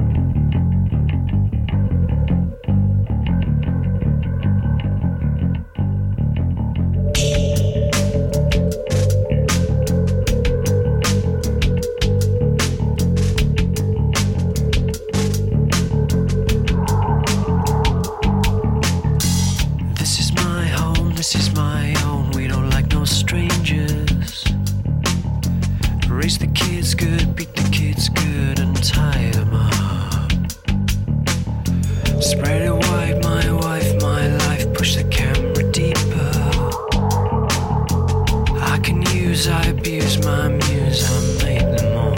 This is my own, we don't like no strangers. Raise the kids good, beat the kids good, and tie them up. Spread it wide, my wife, my life, push the camera deeper. I can use, I abuse my muse, I made them all.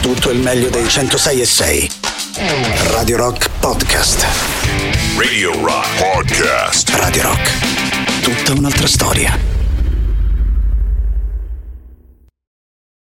tutto il meglio dei centosei e sei. Radio Rock Podcast. Radio Rock Podcast. Radio Rock. Tutta un'altra storia.